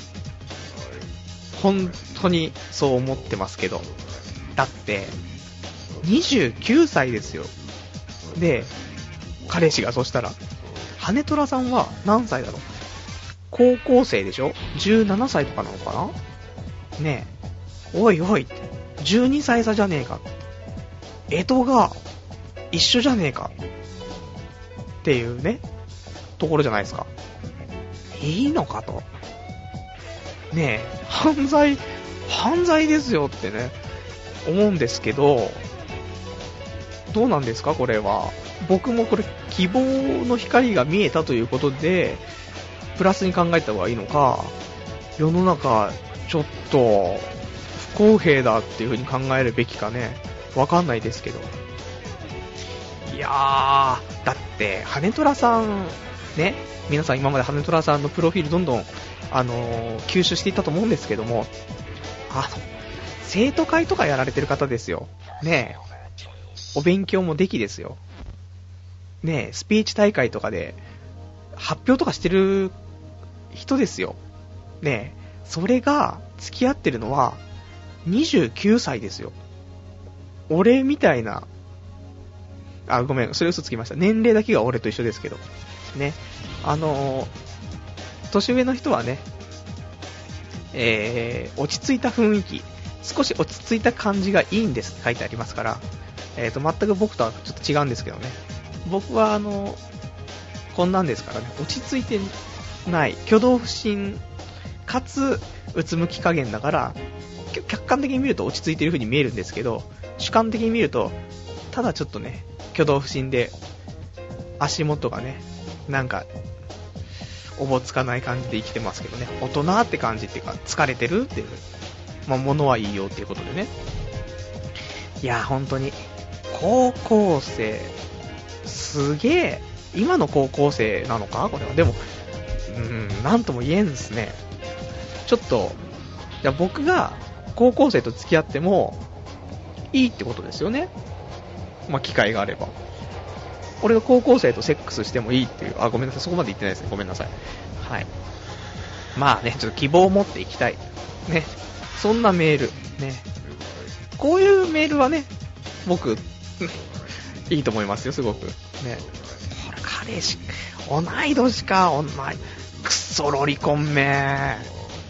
本当にそう思ってますけど、だってにじゅうきゅうさいですよ。で彼氏がそしたら羽虎さんは何歳だろう。高校生でしょ。じゅうななさいとかなのかなねえ、おいおいってじゅうにさい差じゃねえか、江戸が一緒じゃねえかっていうねところじゃないですか。いいのかとねえ、犯罪犯罪ですよってね思うんですけど、どうなんですかこれは。僕もこれ希望の光が見えたということでプラスに考えた方がいいのか、世の中ちょっと不公平だっていう風に考えるべきかね、わかんないですけど。いやー、だって羽虎さんね、皆さん今まで羽虎さんのプロフィールどんどんあのー、吸収していったと思うんですけども、あの生徒会とかやられてる方ですよね。えお勉強もできですよね。えスピーチ大会とかで発表とかしてる人ですよね。えそれが付き合ってるのはにじゅうきゅうさいですよ。俺みたいな、あ、ごめん、それ嘘つきました。年齢だけが俺と一緒ですけどね。あのー、年上の人はね、えー、落ち着いた雰囲気、少し落ち着いた感じがいいんですって書いてありますから、えーと、全く僕とはちょっと違うんですけどね。僕はあのー、こんなんですからね、落ち着いてない、挙動不審かつうつむき加減だから、客観的に見ると落ち着いている風に見えるんですけど、主観的に見るとただちょっとね挙動不審で足元がねなんかおぼつかない感じで生きてますけどね、大人って感じっていうか疲れてるっていう、まあ物はいいよっていうことでね。いや本当に高校生すげえ、今の高校生なのかこれは。でもうーん、なんとも言えんですね。ちょっとじゃあ僕が高校生と付き合ってもいいってことですよね。まあ機会があれば。俺が高校生とセックスしてもいいっていう、あ、ごめんなさい、そこまで言ってないですね。ごめんなさい。はい。まあね、ちょっと希望を持っていきたい。ね。そんなメール。ね。こういうメールはね、僕、いいと思いますよ、すごく。ね。これ彼氏、同い年か、同い、くっそロリコンめ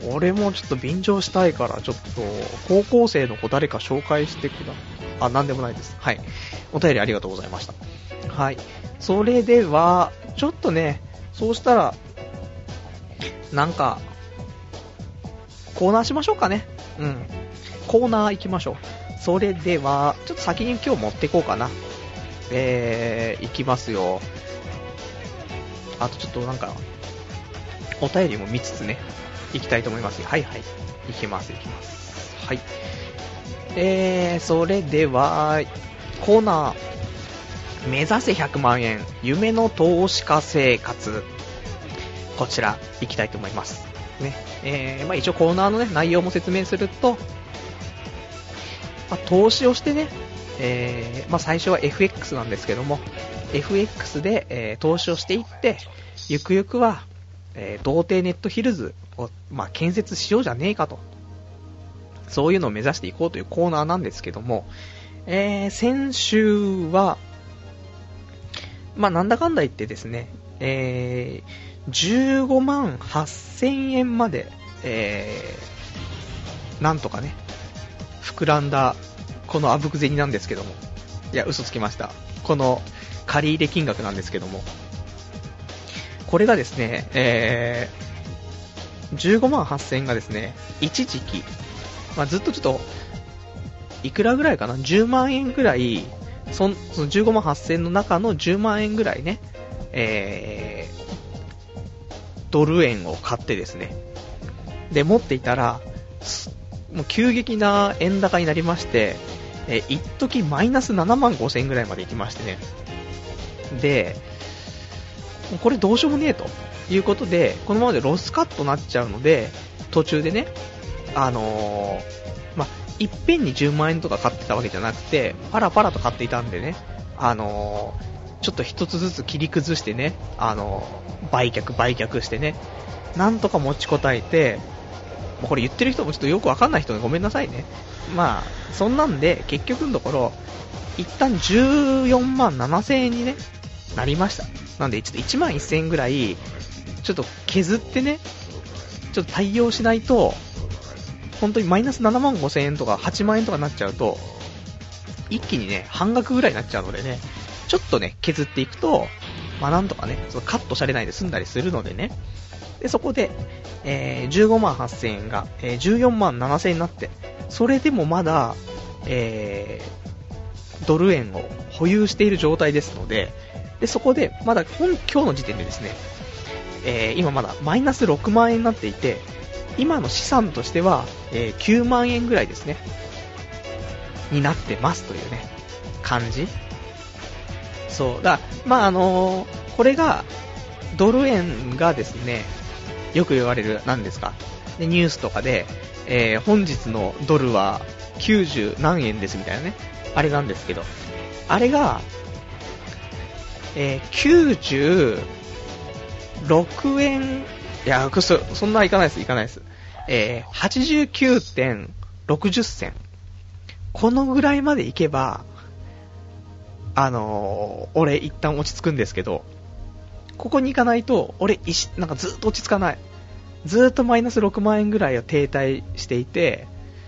俺もちょっと便乗したいから、ちょっと、高校生の子誰か紹介してくだ、あ、なんでもないです。はい。お便りありがとうございました。はい。それでは、ちょっとね、そうしたら、なんか、コーナーしましょうかね。うん。コーナー行きましょう。それでは、ちょっと先に今日持っていこうかな。えー、行きますよ。あとちょっとなんか、お便りも見つつね、行きたいと思います。はいはい。行きます行きます。はい。えー、それでは、コーナー、目指せひゃくまんえん、夢の投資家生活。こちら、行きたいと思います。ね。えー、まあ一応コーナーのね、内容も説明すると、まあ、投資をしてね、えー、まあ最初は エフエックス なんですけども、エフエックス で、えー、投資をしていって、ゆくゆくは、えー、童貞ネットヒルズを、まあ、建設しようじゃねえかと。そういうのを目指していこうというコーナーなんですけども、えー、先週は、まあ、なんだかんだ言ってですね、えー、じゅうごまんはっせんえんまで、えー、なんとかね、膨らんだ、このあぶく銭なんですけども、いや、嘘つきました。この借入金額なんですけども、これがですね、えー、じゅうごまんはっせんえんがですね、一時期、まあ、ずっとちょっと、いくらぐらいかな、じゅうまんえんぐらい、その、そのじゅうごまんはっせんえんの中のじゅうまんえんぐらいね、えー、ドル円を買ってですね、で、持っていたら、もう急激な円高になりまして、えー、一時マイナスななまんごせんえんぐらいまで行きましてね、で、これどうしようもねえということで、このままでロスカットになっちゃうので、途中でね、あのー、ま、いっぺんにじゅうまんえんとか買ってたわけじゃなくて、パラパラと買っていたんでね、あのー、ちょっと一つずつ切り崩してね、あのー、売却売却してね、なんとか持ちこたえて、これ言ってる人もちょっとよくわかんない人でごめんなさいね。まあ、そんなんで、結局のところ、一旦じゅうよんまんななせんえんにね、なりました。なんで、ちょっといちまんせんえんぐらい、ちょっと削ってね、ちょっと対応しないと、本当にマイナスななまんごせんえんとかはちまんえんとかになっちゃうと、一気にね、半額ぐらいになっちゃうのでね、ちょっとね、削っていくと、まあなんとかね、そのカットされないで済んだりするのでね、で、そこで、えー、じゅうごまんはっせんえんが、えー、じゅうよんまんななせんえんになって、それでもまだ、えー、ドル円を保有している状態ですので、で、そこで、まだ今日の時点でですね、えー、今まだマイナスろくまんえんになっていて、今の資産としては、えー、きゅうまんえんぐらいですね、になってますというね、感じ。そう、だ、まああのー、これが、ドル円がですね、よく言われる、何ですか、でニュースとかで、えー、本日のドルはきゅうじゅうなんえんですみたいなね、あれなんですけど、あれが、えー、きゅうじゅうろくえん、いや、そ、そんないかないです、いかないです。えー、はちじゅうきゅうてんろくじゅっせん。このぐらいまでいけば、あのー、俺一旦落ち着くんですけど、ここに行かないと、俺、なんかずっと落ち着かない。ずっとマイナスろくまんえんぐらいを停滞していて、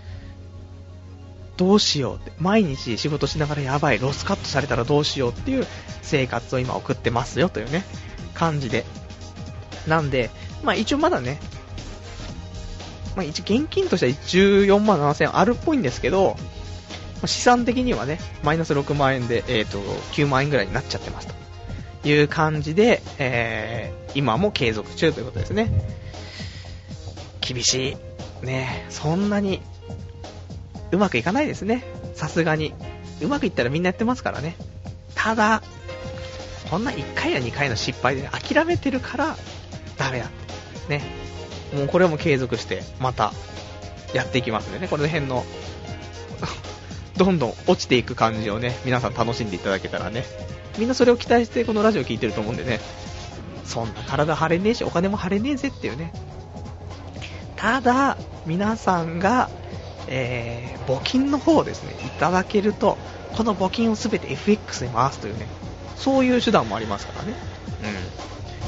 どうしようって、毎日仕事しながらやばい、ロスカットされたらどうしようっていう生活を今送ってますよというね、感じで。なんで、まあ一応まだね、まあ一応現金としてはじゅうよんまんななせんあるっぽいんですけど、資産的にはね、マイナスろくまんえんで、えっと、きゅうまんえんぐらいになっちゃってますという感じで、えー、今も継続中ということですね。厳しい。ね、そんなに、うまくいかないですね。さすがに。うまくいったらみんなやってますからね。ただ、こんないっかいやにかいの失敗で、ね、諦めてるからダメだってね。もうこれも継続してまたやっていきますんでね。この辺のどんどん落ちていく感じをね、皆さん楽しんでいただけたらね。みんなそれを期待してこのラジオ聞いてると思うんでね。そんな体張れねえしお金も張れねえぜっていうね。ただ皆さんが、えー、募金の方をですねいただけると、この募金をすべて エフエックス に回すというね、そういう手段もありますからね。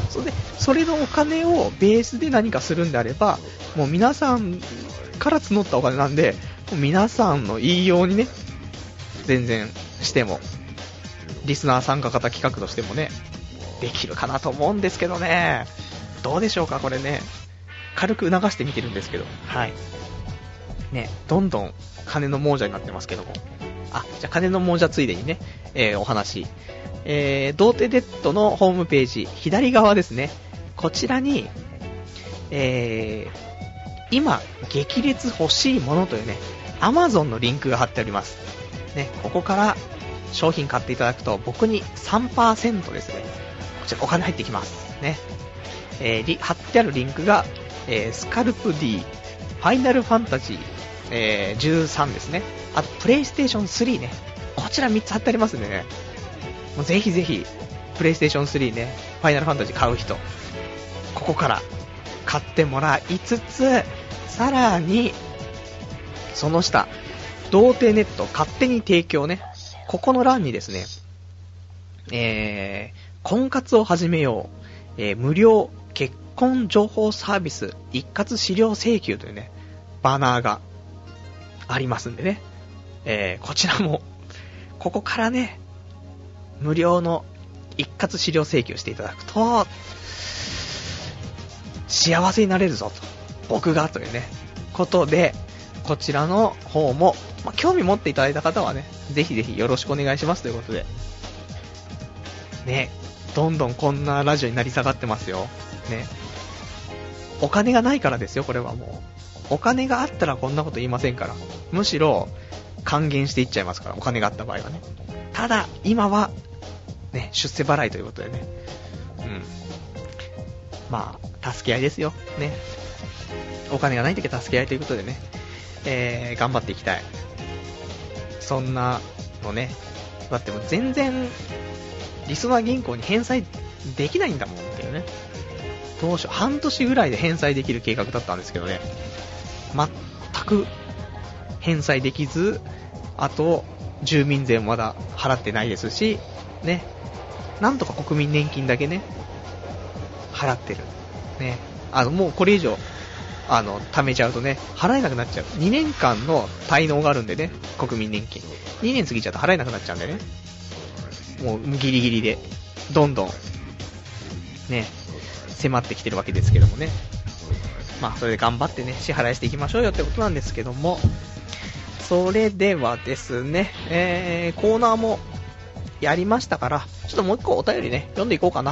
それで、それのお金をベースで何かするんであれば、もう皆さんから募ったお金なんで、もう皆さんの言いようにね、全然しても、リスナー参加型企画としてもね、できるかなと思うんですけどね。どうでしょうか、これね。軽く促してみてるんですけど。はい。ね、どんどん金の亡者になってますけども。あ、じゃあ金の亡者ついでにね、えー、お話。えー、童貞ネットのホームページ、左側ですね。こちらに、えー、今、激烈欲しいものというね、Amazon のリンクが貼ってあります。ね、ここから商品買っていただくと、僕に さんパーセント ですね。こちらお金入ってきます。ね。えー、貼ってあるリンクが、えー、スカルプ D、ファイナルファンタジー、えー、じゅうさんですね。あと、プレイステーションスリーね。こちらみっつ貼ってありますんでね。もうぜひぜひ、プレイステーションスリーね、ファイナルファンタジー買う人、ここから買ってもらいつつ、さらに、その下、童貞ネット勝手に提供ね。ここの欄にですね、えー、婚活を始めよう、えー、無料結婚情報サービス一括資料請求というね、バナーがありますんでね、えー、こちらも、ここからね、無料の一括資料請求していただくと、幸せになれるぞと、僕がというね、ことで、こちらの方も、まあ、興味持っていただいた方はね、ぜひぜひよろしくお願いしますということで、ね、どんどんこんなラジオになり下がってますよ。ね。お金がないからですよ、これはもう。お金があったらこんなこと言いませんから。むしろ、還元していっちゃいますから、お金があった場合はね。ただ、今は、ね、出世払いということでね。うん。まあ、助け合いですよ。ね。お金がないときは助け合いということでね。えー、頑張っていきたい。そんなのね。だってもう全然、リスナー銀行に返済できないんだもんっていうね。どうしよう、半年ぐらいで返済できる計画だったんですけどね。全く返済できず、あと住民税もまだ払ってないですし、ね。なんとか国民年金だけね、払ってる。ね。あの、もうこれ以上、あの、貯めちゃうとね、払えなくなっちゃう。にねんかんの滞納があるんでね、国民年金。にねん過ぎちゃうと払えなくなっちゃうんでね。もうギリギリで、どんどん、ね、迫ってきてるわけですけどもね。まあ、それで頑張ってね、支払いしていきましょうよってことなんですけども、それではですね、えー、コーナーもやりましたから、ちょっともう一個お便りね、読んでいこうかな。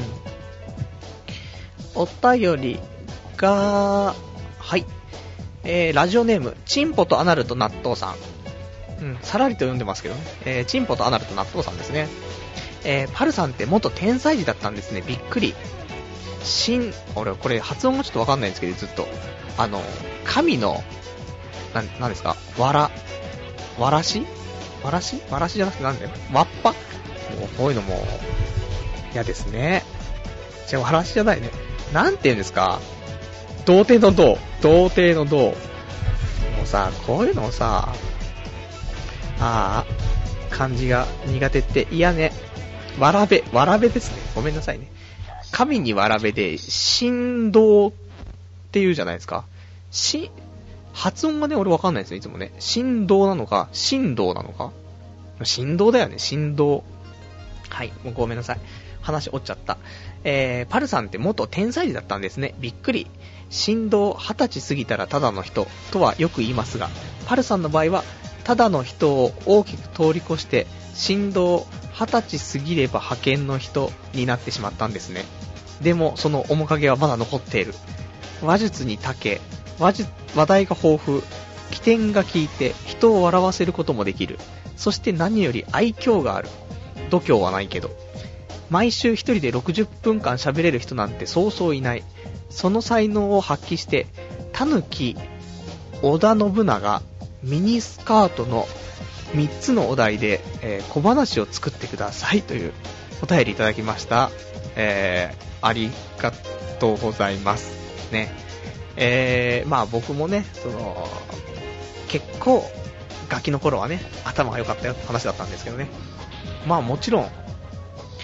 うん。お便りが、はい。えー、ラジオネーム、チンポとアナルと納豆さん。うん、さらりと読んでますけどね。えー、チンポとアナルと納豆さんですね。えー、パルさんって元天才児だったんですね。びっくり。新、俺、これ発音がちょっとわかんないんですけど、ずっと。あの、神の、な、なんですかわら、わらしわらしわらしじゃなくてなんだよ。わっぱもう、こういうのも、嫌ですね。じゃあ、わらしじゃないね。なんて言うんですか童貞の童。童貞の童。もうさ、こういうのをさ、ああ、漢字が苦手って嫌ね。わらべ、わらべですね。ごめんなさいね。神にわらべで、振動って言うじゃないですか。し、発音がね、俺わかんないですよ、いつもね。振動なのか、振動なのか振動だよね、振動。はい、もうごめんなさい。話折っちゃった。えー、パルさんって元天才児だったんですね。びっくり。振動二十歳過ぎたらただの人とはよく言いますが、パルさんの場合は、ただの人を大きく通り越して、振動二十歳過ぎれば派遣の人になってしまったんですね。でもその面影はまだ残っている。話術に長け、話術、話題が豊富、起点が効いて人を笑わせることもできる。そして何より愛嬌がある。度胸はないけど、毎週一人でろくじゅっぷんかん喋れる人なんてそうそういない。その才能を発揮してタヌキ、織田信長、ミニスカートのみっつのお題で、えー、小話を作ってくださいというお便りいただきました。えー、ありがとうございますね。えー、まあ僕もね、その結構ガキの頃はね、頭が良かったよって話だったんですけどね。まあもちろん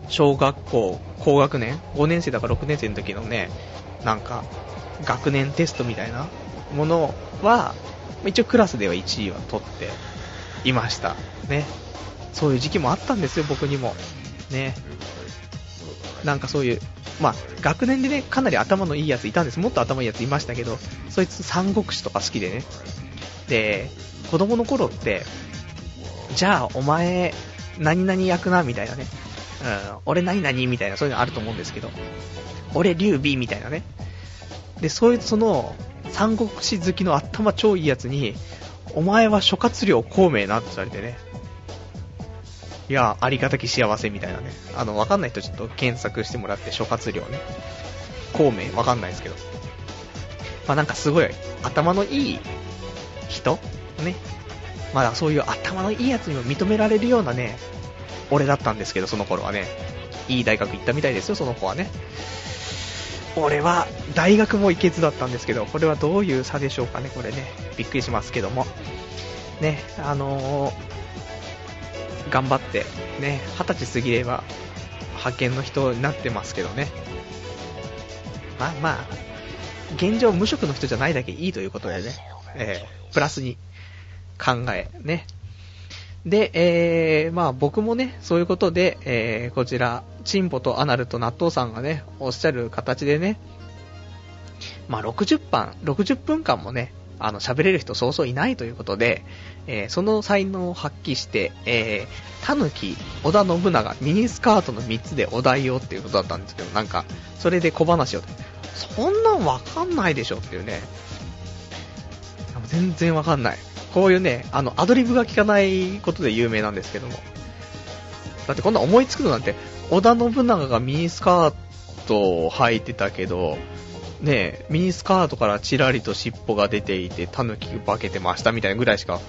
小学校高学年ごねん生だかろくねん生の時のね、なんか学年テストみたいなものは一応クラスではいちいは取っていましたね。そういう時期もあったんですよ、僕にもね。なんかそういう、まあ学年でね、かなり頭のいいやついたんです。もっと頭いいやついましたけど、そいつ三国志とか好きでね。で、子供の頃って、じゃあお前何々役なみたいなね、うん、俺何々みたいな、そういうのあると思うんですけど、俺劉備みたいなね。で、そういうその三国志好きの頭超いいやつに、お前は諸葛亮孔明なって言われてね、いや、ありがたき幸せみたいなね。あの、わかんない人ちょっと検索してもらって、諸葛亮ね。孔明、わかんないですけど。まあなんかすごい、頭のいい人ね。まあそういう頭のいいやつにも認められるようなね、俺だったんですけど、その頃はね。いい大学行ったみたいですよ、その子はね。俺は、大学も行けずだったんですけど、これはどういう差でしょうかね、これね。びっくりしますけども。ね、あのー、頑張ってね、二十歳過ぎれば派遣の人になってますけどね。まあまあ現状無職の人じゃないだけいいということでね、えー、プラスに考えね。で、えー、まあ僕もね、そういうことで、えー、こちらチンポとアナルと納豆さんがねおっしゃる形でね、まあろくじゅっぱんろくじゅっぷんかんもね、あの喋れる人そうそういないということで、えー、その才能を発揮して、えー、タヌキ、織田信長、ミニスカートのみっつでお題をっていうことだったんですけど、なんかそれで小話を、そんなんわかんないでしょっていうね、全然わかんない。こういうね、あのアドリブが効かないことで有名なんですけども、だってこんな思いつくのなんて、織田信長がミニスカートを履いてたけどねえ、ミニスカートからチラリと尻尾が出ていてタヌキが化けてましたみたいなぐらいしか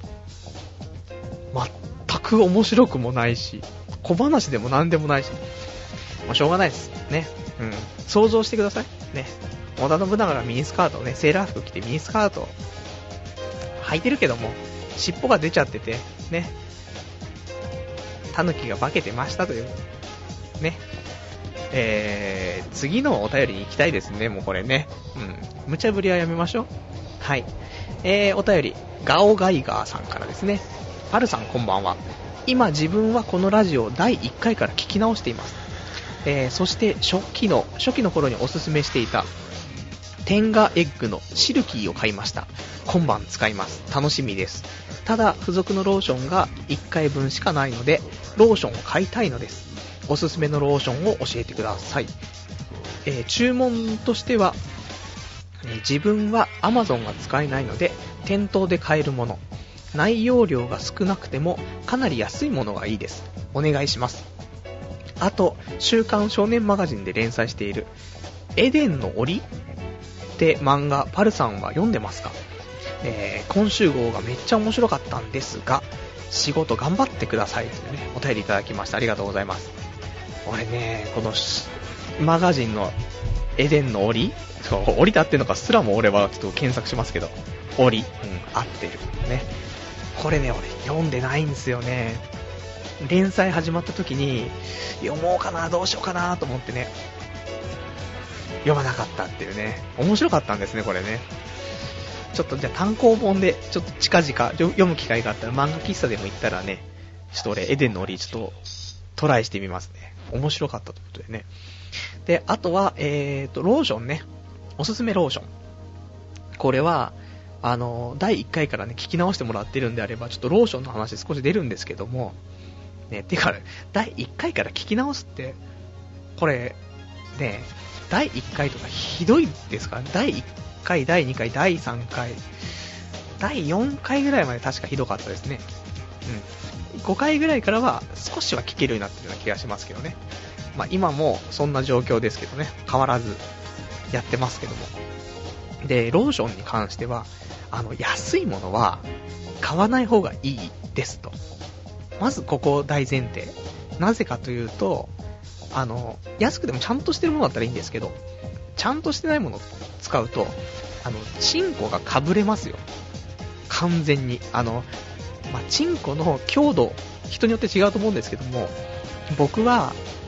全く面白くもないし、小話でもなんでもないし、まあ、しょうがないですね。うん、想像してくださいね。織田信長がミニスカートをね、セーラー服着てミニスカートを履いてるけども尻尾が出ちゃっててね、タヌキが化けてましたというね。えー、次のお便りに行きたいですね、もうこれね。うん。無茶ぶりはやめましょう。はい。えー、お便り、ガオガイガーさんからですね。パルさんこんばんは。今自分はこのラジオをだいいっかいから聞き直しています。えー、そして初期の、初期の頃におすすめしていた、テンガエッグのシルキーを買いました。今晩使います。楽しみです。ただ、付属のローションがいっかいぶんしかないので、ローションを買いたいのです。おすすめのローションを教えてください。えー、注文としては、えー、自分は Amazon が使えないので店頭で買えるもの、内容量が少なくてもかなり安いものがいいです。お願いします。あと、週刊少年マガジンで連載しているエデンの檻って漫画、パルさんは読んでますか？えー、今週号がめっちゃ面白かったんですが、仕事頑張ってくださいというね、お便りいただきました。ありがとうございます。俺ね、このマガジンのエデンの檻、そう、檻で合ってるのかすらも俺はちょっと検索しますけど、檻、うん、合ってるね。これね、俺読んでないんですよね。連載始まった時に読もうかな、どうしようかなと思ってね、読まなかったっていうね。面白かったんですね、これね。ちょっとじゃあ単行本でちょっと近々読む機会があったら、漫画喫茶でも行ったらね、ちょっと俺エデンの檻ちょっとトライしてみますね。面白かったということでね。で、あとは、えーと、ローションね。おすすめローション。これは、あの、だいいっかいからね、聞き直してもらってるんであれば、ちょっとローションの話少し出るんですけども、ね、てか、だいいっかいから聞き直すって、これ、ね、だいいっかいとかひどいですから、だいいっかい、だいにかい、だいさんかい、だいよんかいぐらいまで確かひどかったですね。うん。ごかいぐらいからは少しは聞けるようになってるような気がしますけどね。まあ今もそんな状況ですけどね、変わらずやってますけども。で、ローションに関しては、あの、安いものは買わない方がいいですと。まずここ大前提。なぜかというと、あの、安くてもちゃんとしてるものだったらいいんですけど、ちゃんとしてないものを使うと、あの、チンコがかぶれますよ。完全に。あの、まあ、チンコの強度、人によって違うと思うんですけども、僕は、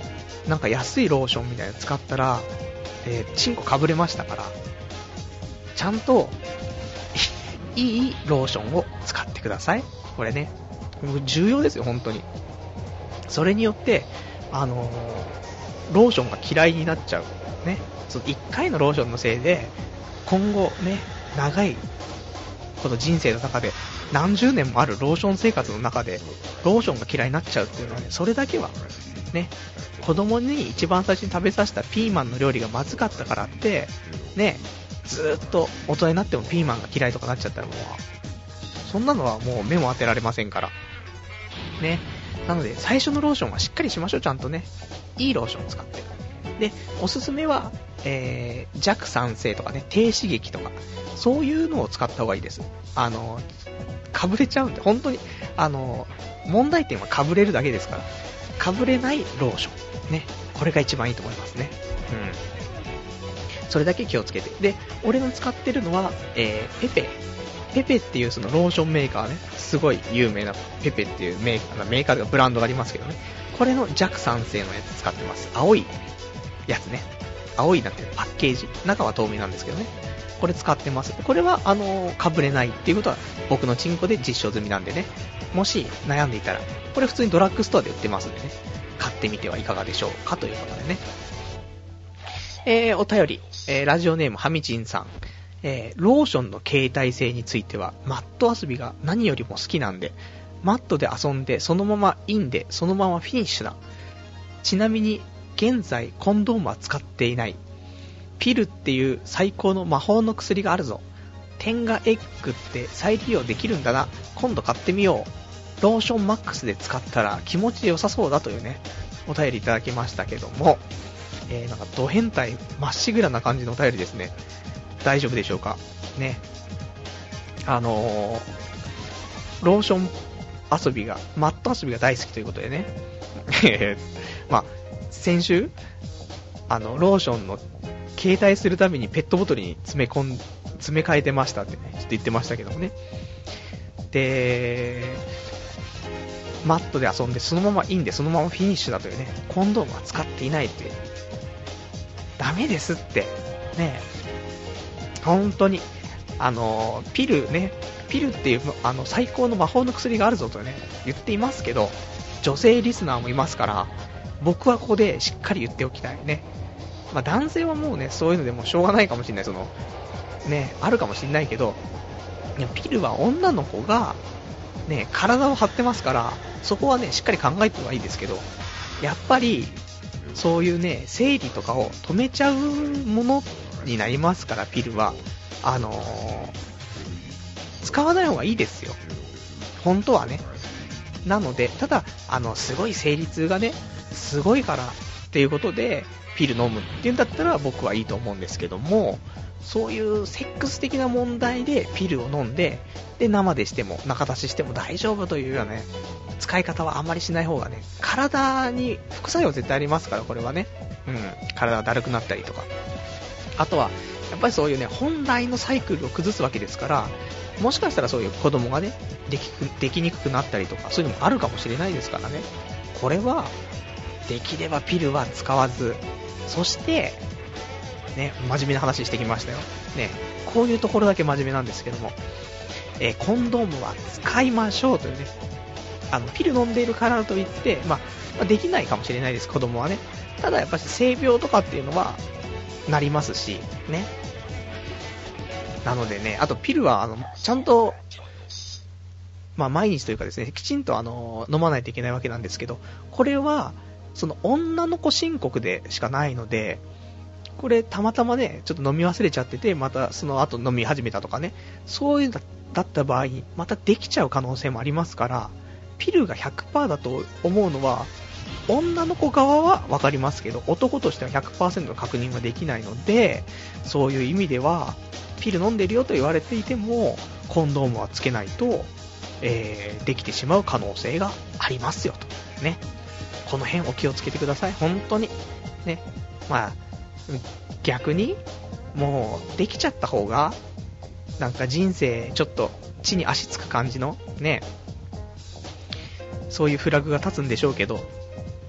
なんか安いローションみたいなの使ったら、えー、チンコかぶれましたから、ちゃんといいローションを使ってください。これね、重要ですよ本当に。それによってあのー、ローションが嫌いになっちゃうね。そのいっかいのローションのせいで今後ね、長いこの人生の中で何十年もあるローション生活の中でローションが嫌いになっちゃうっていうのはね、それだけはね、子供に一番最初に食べさせたピーマンの料理がまずかったからってね、ずーっと大人になってもピーマンが嫌いとかなっちゃったらもうそんなのはもう目も当てられませんからね。なので最初のローションはしっかりしましょう。ちゃんとね、いいローションを使って。で、おすすめは、えー、弱酸性とかね、低刺激とかそういうのを使った方がいいです。あのかぶれちゃうんで、本当にあの問題点はかぶれるだけですから、かぶれないローションね、これが一番いいと思いますね。うん、それだけ気をつけて。で、俺の使ってるのは、えー、ペペペペっていうそのローションメーカーね、すごい有名なペペっていうメーカー、メーカーとかブランドがありますけどね、これの弱酸性のやつ使ってます。青いやつね、青いなんてパッケージ、中は透明なんですけどね、これ使ってます。これはあのかぶれないっていうことは僕のチンコで実証済みなんでね、もし悩んでいたらこれ普通にドラッグストアで売ってますんでね、買ってみてはいかがでしょうかということでね。えー、お便り、えー、ラジオネームはみちんさん、えー、ローションの携帯性についてはマット遊びが何よりも好きなんで、マットで遊んでそのままインでそのままフィニッシュだ。ちなみに現在コンドームは使っていない。ピルっていう最高の魔法の薬があるぞ。テンガエッグって再利用できるんだな。今度買ってみよう。ローションマックスで使ったら気持ち良さそうだというね、お便りいただきましたけども、えー、なんかド変態まっしぐらな感じのお便りですね。大丈夫でしょうかね。あのー、ローション遊びが、マット遊びが大好きということでねまあ先週あのローションの携帯するためにペットボトルに詰め込ん詰め替えてましたってね、ちょっと言ってましたけどもね。で、マットで遊んでそのままインでそのままフィニッシュだというね、コンドームは使っていないっていう、ダメですってね。本当にあのピルね、ピルっていうあの最高の魔法の薬があるぞとね言っていますけど、女性リスナーもいますから僕はここでしっかり言っておきたいね。まあ、男性はもうねそういうのでもしょうがないかもしれない、そのねあるかもしれないけど、いやピルは女の子がね体を張ってますから、そこはねしっかり考えてはいいですけど、やっぱりそういうね生理とかを止めちゃうものになりますから、ピルはあのー、使わない方がいいですよ本当はね。なので、ただあのすごい生理痛がねすごいからっていうことでピル飲むっていうんだったら僕はいいと思うんですけども、そういうセックス的な問題でピルを飲んで、で生でしても中出ししても大丈夫というようなね使い方はあまりしない方がね、体に副作用絶対ありますから、これはね、うん、体がだるくなったりとか、あとはやっぱりそういうね本来のサイクルを崩すわけですから、もしかしたらそういう子供がねでき、できにくくなったりとかそういうのもあるかもしれないですからね。これはできればピルは使わず、そしてね真面目な話してきましたよね。こういうところだけ真面目なんですけども、えー、コンドームは使いましょうというね、あのピル飲んでいるからといって、まあ、まあ、できないかもしれないです、子供はね。ただやっぱり性病とかっていうのはなりますしね。なのでね、あとピルはあのちゃんと、まあ、毎日というかですね、きちんとあの飲まないといけないわけなんですけど、これはその女の子申告でしかないので、これたまたまねちょっと飲み忘れちゃってて、またその後飲み始めたとかね、そういうだった場合またできちゃう可能性もありますから、ピルが ひゃくパーセント だと思うのは女の子側は分かりますけど、男としては ひゃくパーセント の確認はできないので、そういう意味ではピル飲んでるよと言われていてもコンドームはつけないと、えー、できてしまう可能性がありますよとね。この辺お気をつけてください本当にね。まあ逆にもうできちゃった方がなんか人生ちょっと地に足つく感じのね、そういうフラグが立つんでしょうけど、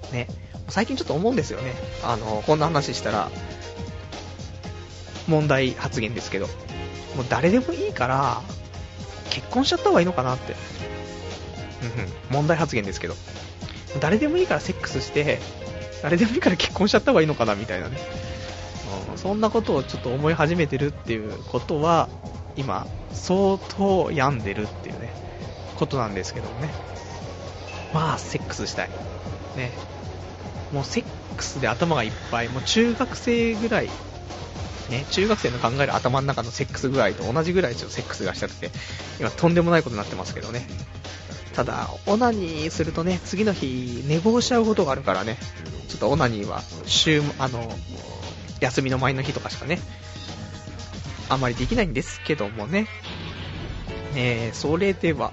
ね、最近ちょっと思うんですよね。あの、こんな話したら、問題発言ですけど、もう誰でもいいから、結婚しちゃった方がいいのかなって。うんうん、問題発言ですけど。誰でもいいからセックスして、誰でもいいから結婚しちゃった方がいいのかなみたいなね。うん、そんなことをちょっと思い始めてるっていうことは、今、相当病んでるっていうね、ことなんですけどもね。まあ、セックスしたい。ね。もうセックスで頭がいっぱい。もう中学生ぐらい、ね、中学生の考える頭の中のセックス具合と同じぐらいちょっとセックスがしたくて、今とんでもないことになってますけどね。ただ、オナニーするとね、次の日寝坊しちゃうことがあるからね、ちょっとオナニーは週、あの、休みの前の日とかしかね、あんまりできないんですけどもね。えー、それでは、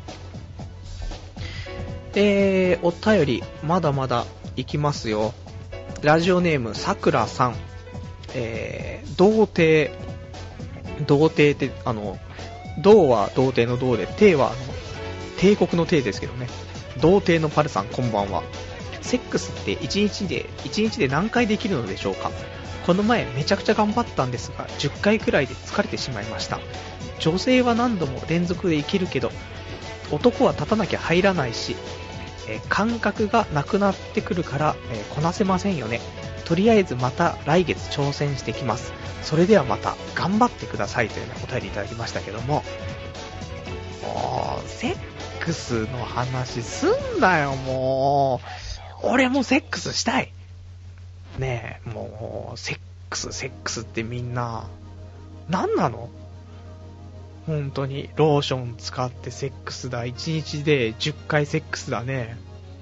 えー、お便り、まだまだいきますよ。ラジオネーム、さくらさん。えー、童貞。童貞って、あの、童は童貞の童で、貞はあの、帝国の帝ですけどね。童貞のパルさん、こんばんは。セックスっていちにちで、いちにちで何回できるのでしょうか。この前めちゃくちゃ頑張ったんですが、じゅっかいくらいで疲れてしまいました。女性は何度も連続でいけるけど、男は立たなきゃ入らないし、えー、感覚がなくなってくるから、えー、こなせませんよね。とりあえずまた来月挑戦してきます。それではまた頑張ってくださいという、ね、お便りいただきましたけども、もうセックスの話すんだよ。もう俺もセックスしたいねえ。もうセックスセックスってみんな何なの。本当にローション使ってセックスだ、いちにちでじゅっかいセックスだね。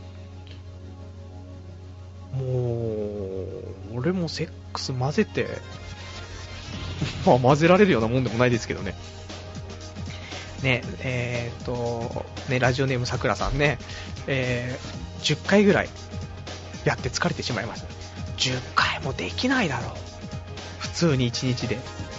もう俺もセックス混ぜてまあ混ぜられるようなもんでもないですけどね。ねえー、っとねラジオネームさくらさんね、えー、じゅっかいぐらいやって疲れてしまいました。じゅっかいもできないだろう普通にいちにちで。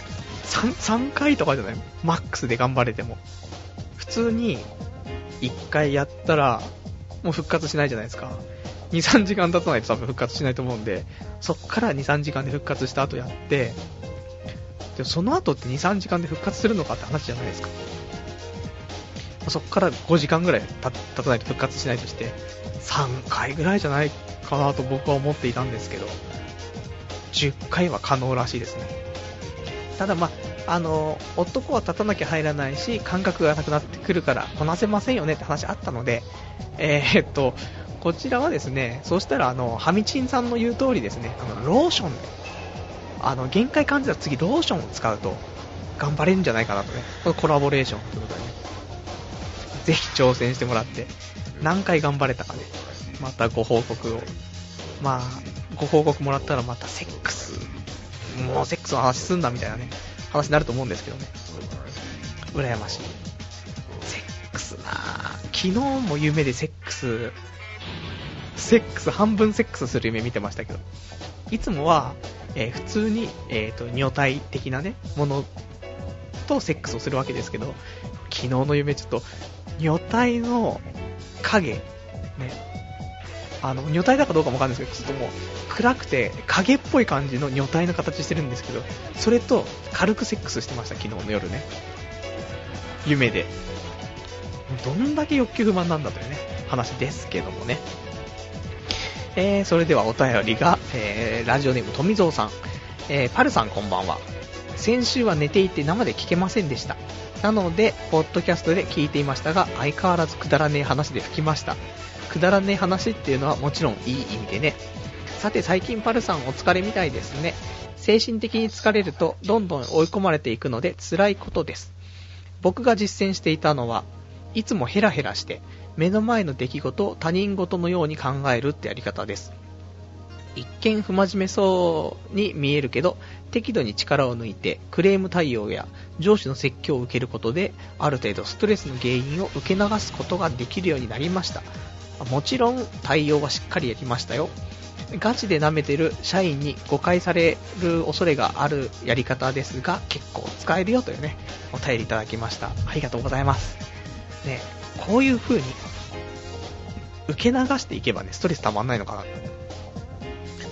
3, さんかいとかじゃない、マックスで頑張れても。普通にいっかいやったらもう復活しないじゃないですか。にさんじかん経たないと多分復活しないと思うんで、そっからにさんじかんで復活した後やって、でもその後ってにさんじかんで復活するのかって話じゃないですか。そっからごじかんぐらい経たないと復活しないとして、さんかいぐらいじゃないかなと僕は思っていたんですけど、じゅっかいは可能らしいですね。ただまあ、あの男は立たなきゃ入らないし感覚がなくなってくるからこなせませんよねって話あったので、えー、っとこちらはですね、そうしたらあのハミチンさんの言う通りですね、あのローションであの限界感じたら次ローションを使うと頑張れるんじゃないかなとね。このコラボレーションということでね、ぜひ挑戦してもらって何回頑張れたかね、またご報告を、まあご報告もらったらまたセックス、もうセックスの話すんだみたいなね話になると思うんですけどね。羨ましい。セックスなぁ。昨日も夢でセックスセックス半分セックスする夢見てましたけど、いつもは、えー、普通に、えーと、女体的なねものとセックスをするわけですけど、昨日の夢ちょっと女体の影ね、あの女体だかどうかもわかんないですけど、ちょっともう暗くて影っぽい感じの女体の形してるんですけど、それと軽くセックスしてました昨日の夜ね、夢で。どんだけ欲求不満なんだというね話ですけどもね。えー、それではお便りが、えー、ラジオネーム富蔵さん、えー、パルさんこんばんは。先週は寝ていて生で聞けませんでした。なのでポッドキャストで聞いていましたが、相変わらずくだらねえ話で吹きました。くだらねえ話っていうのはもちろんいい意味でね。さて最近パルさんお疲れみたいですね。精神的に疲れるとどんどん追い込まれていくので辛いことです。僕が実践していたのはいつもヘラヘラして目の前の出来事を他人事のように考えるってやり方です。一見不真面目そうに見えるけど、適度に力を抜いてクレーム対応や上司の説教を受けることである程度ストレスの原因を受け流すことができるようになりました。もちろん対応はしっかりやりましたよ。ガチで舐めてる社員に誤解される恐れがあるやり方ですが結構使えるよというねお便りいただきました。ありがとうございますね。こういう風に受け流していけばねストレスたまんないのかな。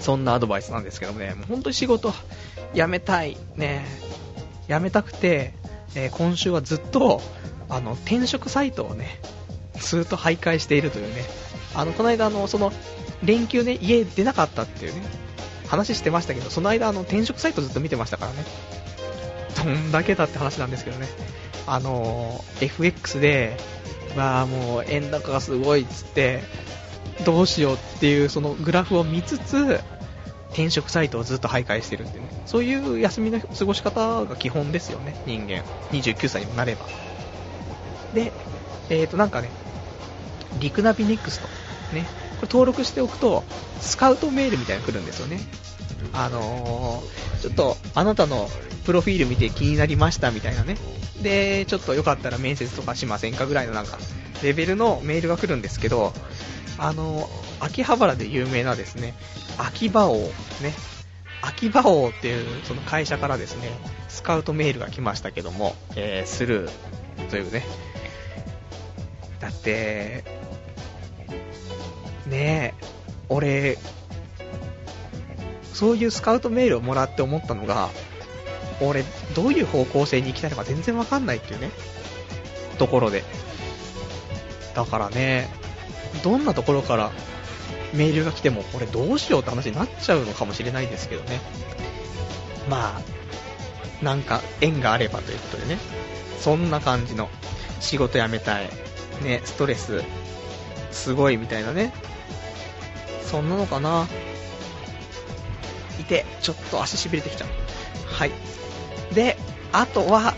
そんなアドバイスなんですけどもね、もう本当に仕事辞めたいね、辞めたくて、えー、今週はずっとあの転職サイトをねずっと徘徊しているというね、あのこの間あのその連休ね家出なかったっていうね話してましたけど、その間あの転職サイトずっと見てましたからね、どんだけだって話なんですけどね、あのー、エフエックス でまあもう円高がすごいっつってどうしようっていうそのグラフを見つつ転職サイトをずっと徘徊してるってね、そういう休みの過ごし方が基本ですよね、人間にじゅうきゅうさいにもなれば。で、えーとなんかねリクナビネクストね、これ登録しておくとスカウトメールみたいなの来るんですよね。あのー、ちょっとあなたのプロフィール見て気になりましたみたいなね、でちょっとよかったら面接とかしませんかぐらいのなんかレベルのメールが来るんですけど、あのー、秋葉原で有名なですね秋葉王ね、秋葉王っていうその会社からですねスカウトメールが来ましたけども、えー、スルーというね。だってねえ、俺そういうスカウトメールをもらって思ったのが、俺どういう方向性に行きたいのか全然わかんないっていうねところで、だからねどんなところからメールが来てもこれどうしようって話になっちゃうのかもしれないですけどね、まあなんか縁があればということでね、そんな感じの仕事辞めたいね、ストレスすごいみたいなね、そんなのかな。いてちょっと足しびれてきちゃう。はい。であとは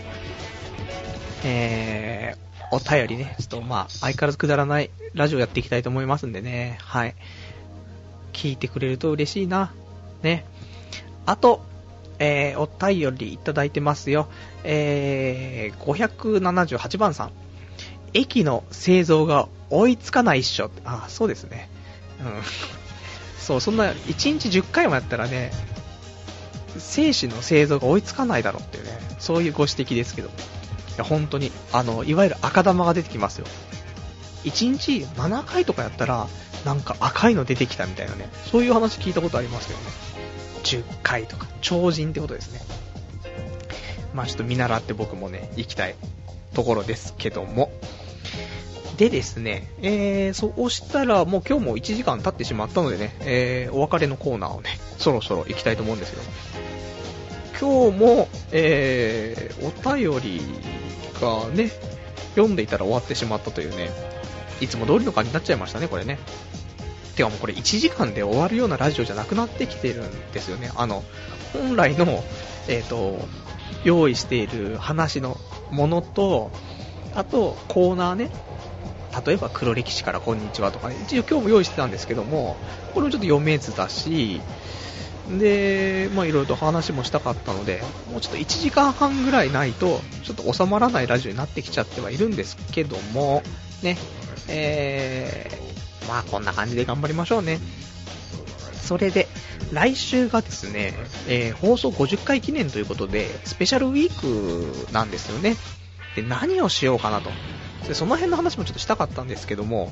えー、お便りね、ちょっとまあ相変わらずくだらないラジオやっていきたいと思いますんでね、はい、聞いてくれると嬉しいなね。あと、えー、お便りいただいてますよ。えー、ごひゃくななじゅうはちばんさん、駅の製造が追いつかないっしょ。あ、そうですね、うんそう、そんないちにちじゅっかいもやったらね精子の製造が追いつかないだろうっていうね、そういうご指摘ですけど、いや本当にあのいわゆる赤玉が出てきますよ。いちにちななかいとかやったらなんか赤いの出てきたみたいなね、そういう話聞いたことありますけどね。じゅっかいとか超人ってことですね。まあちょっと見習って僕もね行きたいところですけども、でですね、えー、そうしたらもう今日もいちじかん経ってしまったのでね、えー、お別れのコーナーをねそろそろ行きたいと思うんですけど、今日も、えー、お便りがね読んでいたら終わってしまったというね、いつも通りの感じになっちゃいましたねこれね。てかもうこれいちじかんで終わるようなラジオじゃなくなってきてるんですよね。あの本来の、えーと、用意している話のものと、あとコーナーね、例えば黒歴史からこんにちはとかね、一応今日も用意してたんですけども、これもちょっと読めずだし、でまあいろいろと話もしたかったので、もうちょっといちじかんはんぐらいないとちょっと収まらないラジオになってきちゃってはいるんですけどもね、えー、まあこんな感じで頑張りましょうね。それで来週がですね、えー、放送ごじゅっかい記念ということでスペシャルウィークなんですよね。で何をしようかなと、でその辺の話もちょっとしたかったんですけども、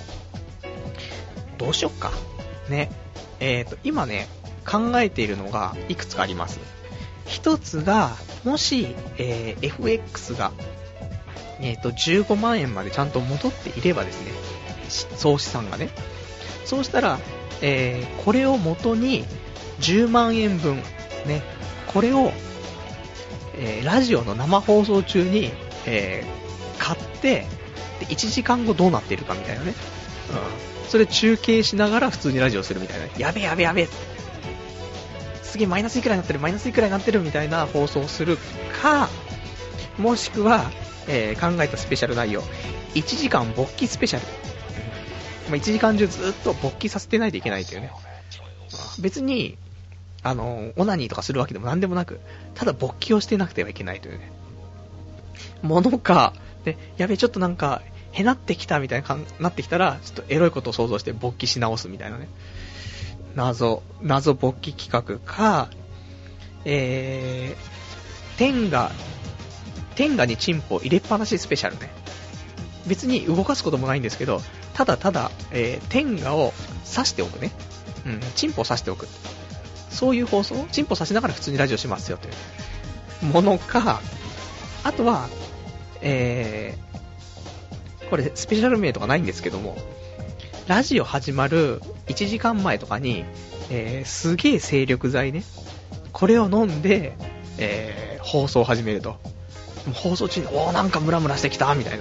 どうしよっかね。えーと今ね考えているのがいくつかあります。一つがもし、えー、エフエックス が、えーとじゅうごまんえんまでちゃんと戻っていればですね、総資産がね、そうしたら、えー、これを元にじゅうまんえんぶんね、これを、えー、ラジオの生放送中に、えー、買ってでいちじかんごどうなっているかみたいなね、うん、それ中継しながら普通にラジオするみたいな、やべやべやべすげえマイナスいくらになってるマイナスいくらになってるみたいな放送をするか、もしくは、えー、考えたスペシャル内容いちじかん勃起スペシャル、まあ、いちじかん中ずっと勃起させてないといけないというね、別にあのオナニーとかするわけでもなんでもなく、ただ勃起をしてなくてはいけないというねものか、でやべえちょっとなんかへなってきたみたいななってきたらちょっとエロいことを想像して勃起し直すみたいなね、謎謎勃起企画か、えー、天下天下にチンポ入れっぱなしスペシャルね。別に動かすこともないんですけど、ただただ、えー、天下を刺しておくね。 うん、チンポを刺しておく。そういう放送、チンポ刺しながら普通にラジオしますよというものか、あとは、えー、これスペシャル名とかないんですけども、ラジオ始まるいちじかんまえとかに、えー、すげえ精力剤ね、これを飲んで、えー、放送を始めると。放送中におーなんかムラムラしてきたみたいな、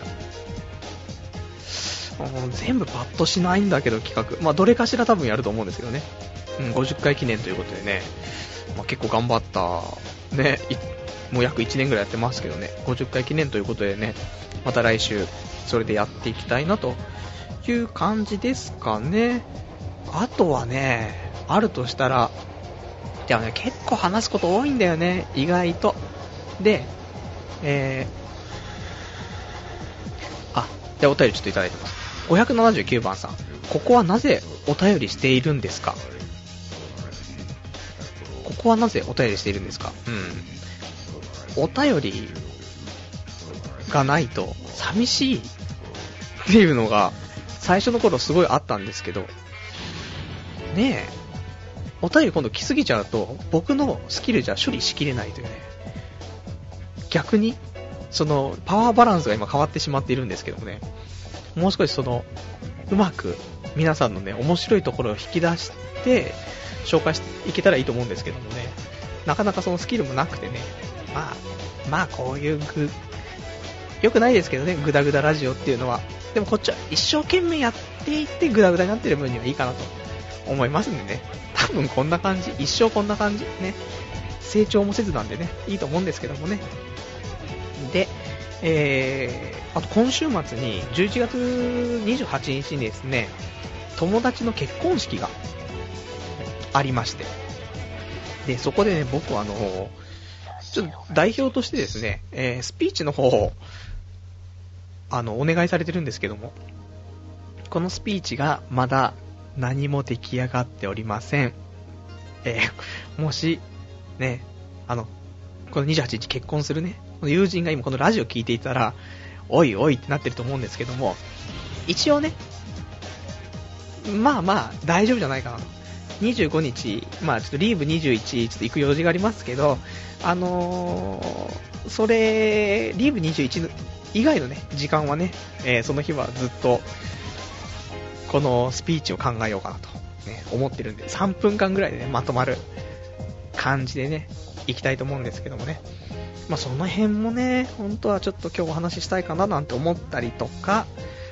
全部パッとしないんだけど企画、まあどれかしら多分やると思うんですけどね、うん、ごじゅっかい記念ということでね、まあ、結構頑張ったね、もう約いちねんぐらいやってますけどね、ごじゅっかい記念ということでね、また来週それでやっていきたいなという感じですかね。あとはね、あるとしたら、でもね、結構話すこと多いんだよね、意外と。で、えー、あ、じゃあお便りちょっといただいてます。ごひゃくななじゅうきゅうばんさん、ここはなぜお便りしているんですか。ここはなぜお便りしているんですか。うん。お便りがないと寂しいっていうのが最初の頃すごいあったんですけど、ねえ、お便り今度来すぎちゃうと僕のスキルじゃ処理しきれないというね。逆にそのパワーバランスが今変わってしまっているんですけどもね、もう少しそのうまく皆さんのね面白いところを引き出して紹介していけたらいいと思うんですけどもね、なかなかそのスキルもなくてね、まあまあこういうぐよくないですけどね、グダグダラジオっていうのは。でもこっちは一生懸命やっていってグダグダになってる分にはいいかなと思いますんでね、多分こんな感じ、一生こんな感じね、成長もせずなんでね、いいと思うんですけどもね。で、えー、あと今週末にじゅういちがつにじゅうはちにちにですね、友達の結婚式がありまして、でそこでね、僕はあのちょっと代表としてですね、えー、スピーチの方をあのお願いされてるんですけども、このスピーチがまだ何も出来上がっておりません。えー、もしね、あのこのにじゅうはちにち結婚するね友人が今このラジオ聞いていたら、おいおいってなってると思うんですけども、一応ね、まあまあ大丈夫じゃないかなと。にじゅうごにち、まあちょっとリーブにじゅういちちょっと行く用事がありますけど、あのー、それリーブにじゅういち以外のね時間はね、えー、その日はずっとこのスピーチを考えようかなと、ね、思ってるんで、さんぷんかんぐらいでねまとまる感じでね行きたいと思うんですけどもね、まあその辺もね本当はちょっと今日お話ししたいかななんて思ったりとか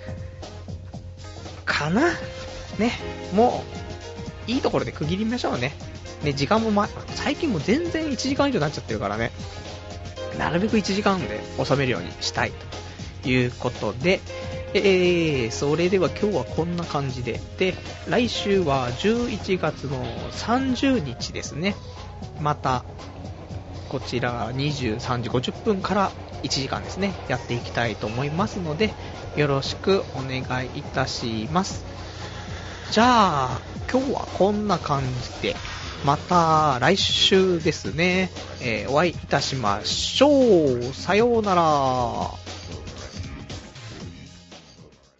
かなね、もういいところで区切りましょうね。ね、時間も、ま、最近も全然いちじかん以上になっちゃってるからね、なるべくいちじかんで収めるようにしたいということで、えー、それでは今日はこんな感じで、で、来週はじゅういちがつのさんじゅうにちですね、またこちらにじゅうさんじごじゅっぷんからいちじかんですね、やっていきたいと思いますので、よろしくお願いいたします。じゃあ今日はこんな感じで、また来週ですね、えー、お会いいたしましょう。さようなら。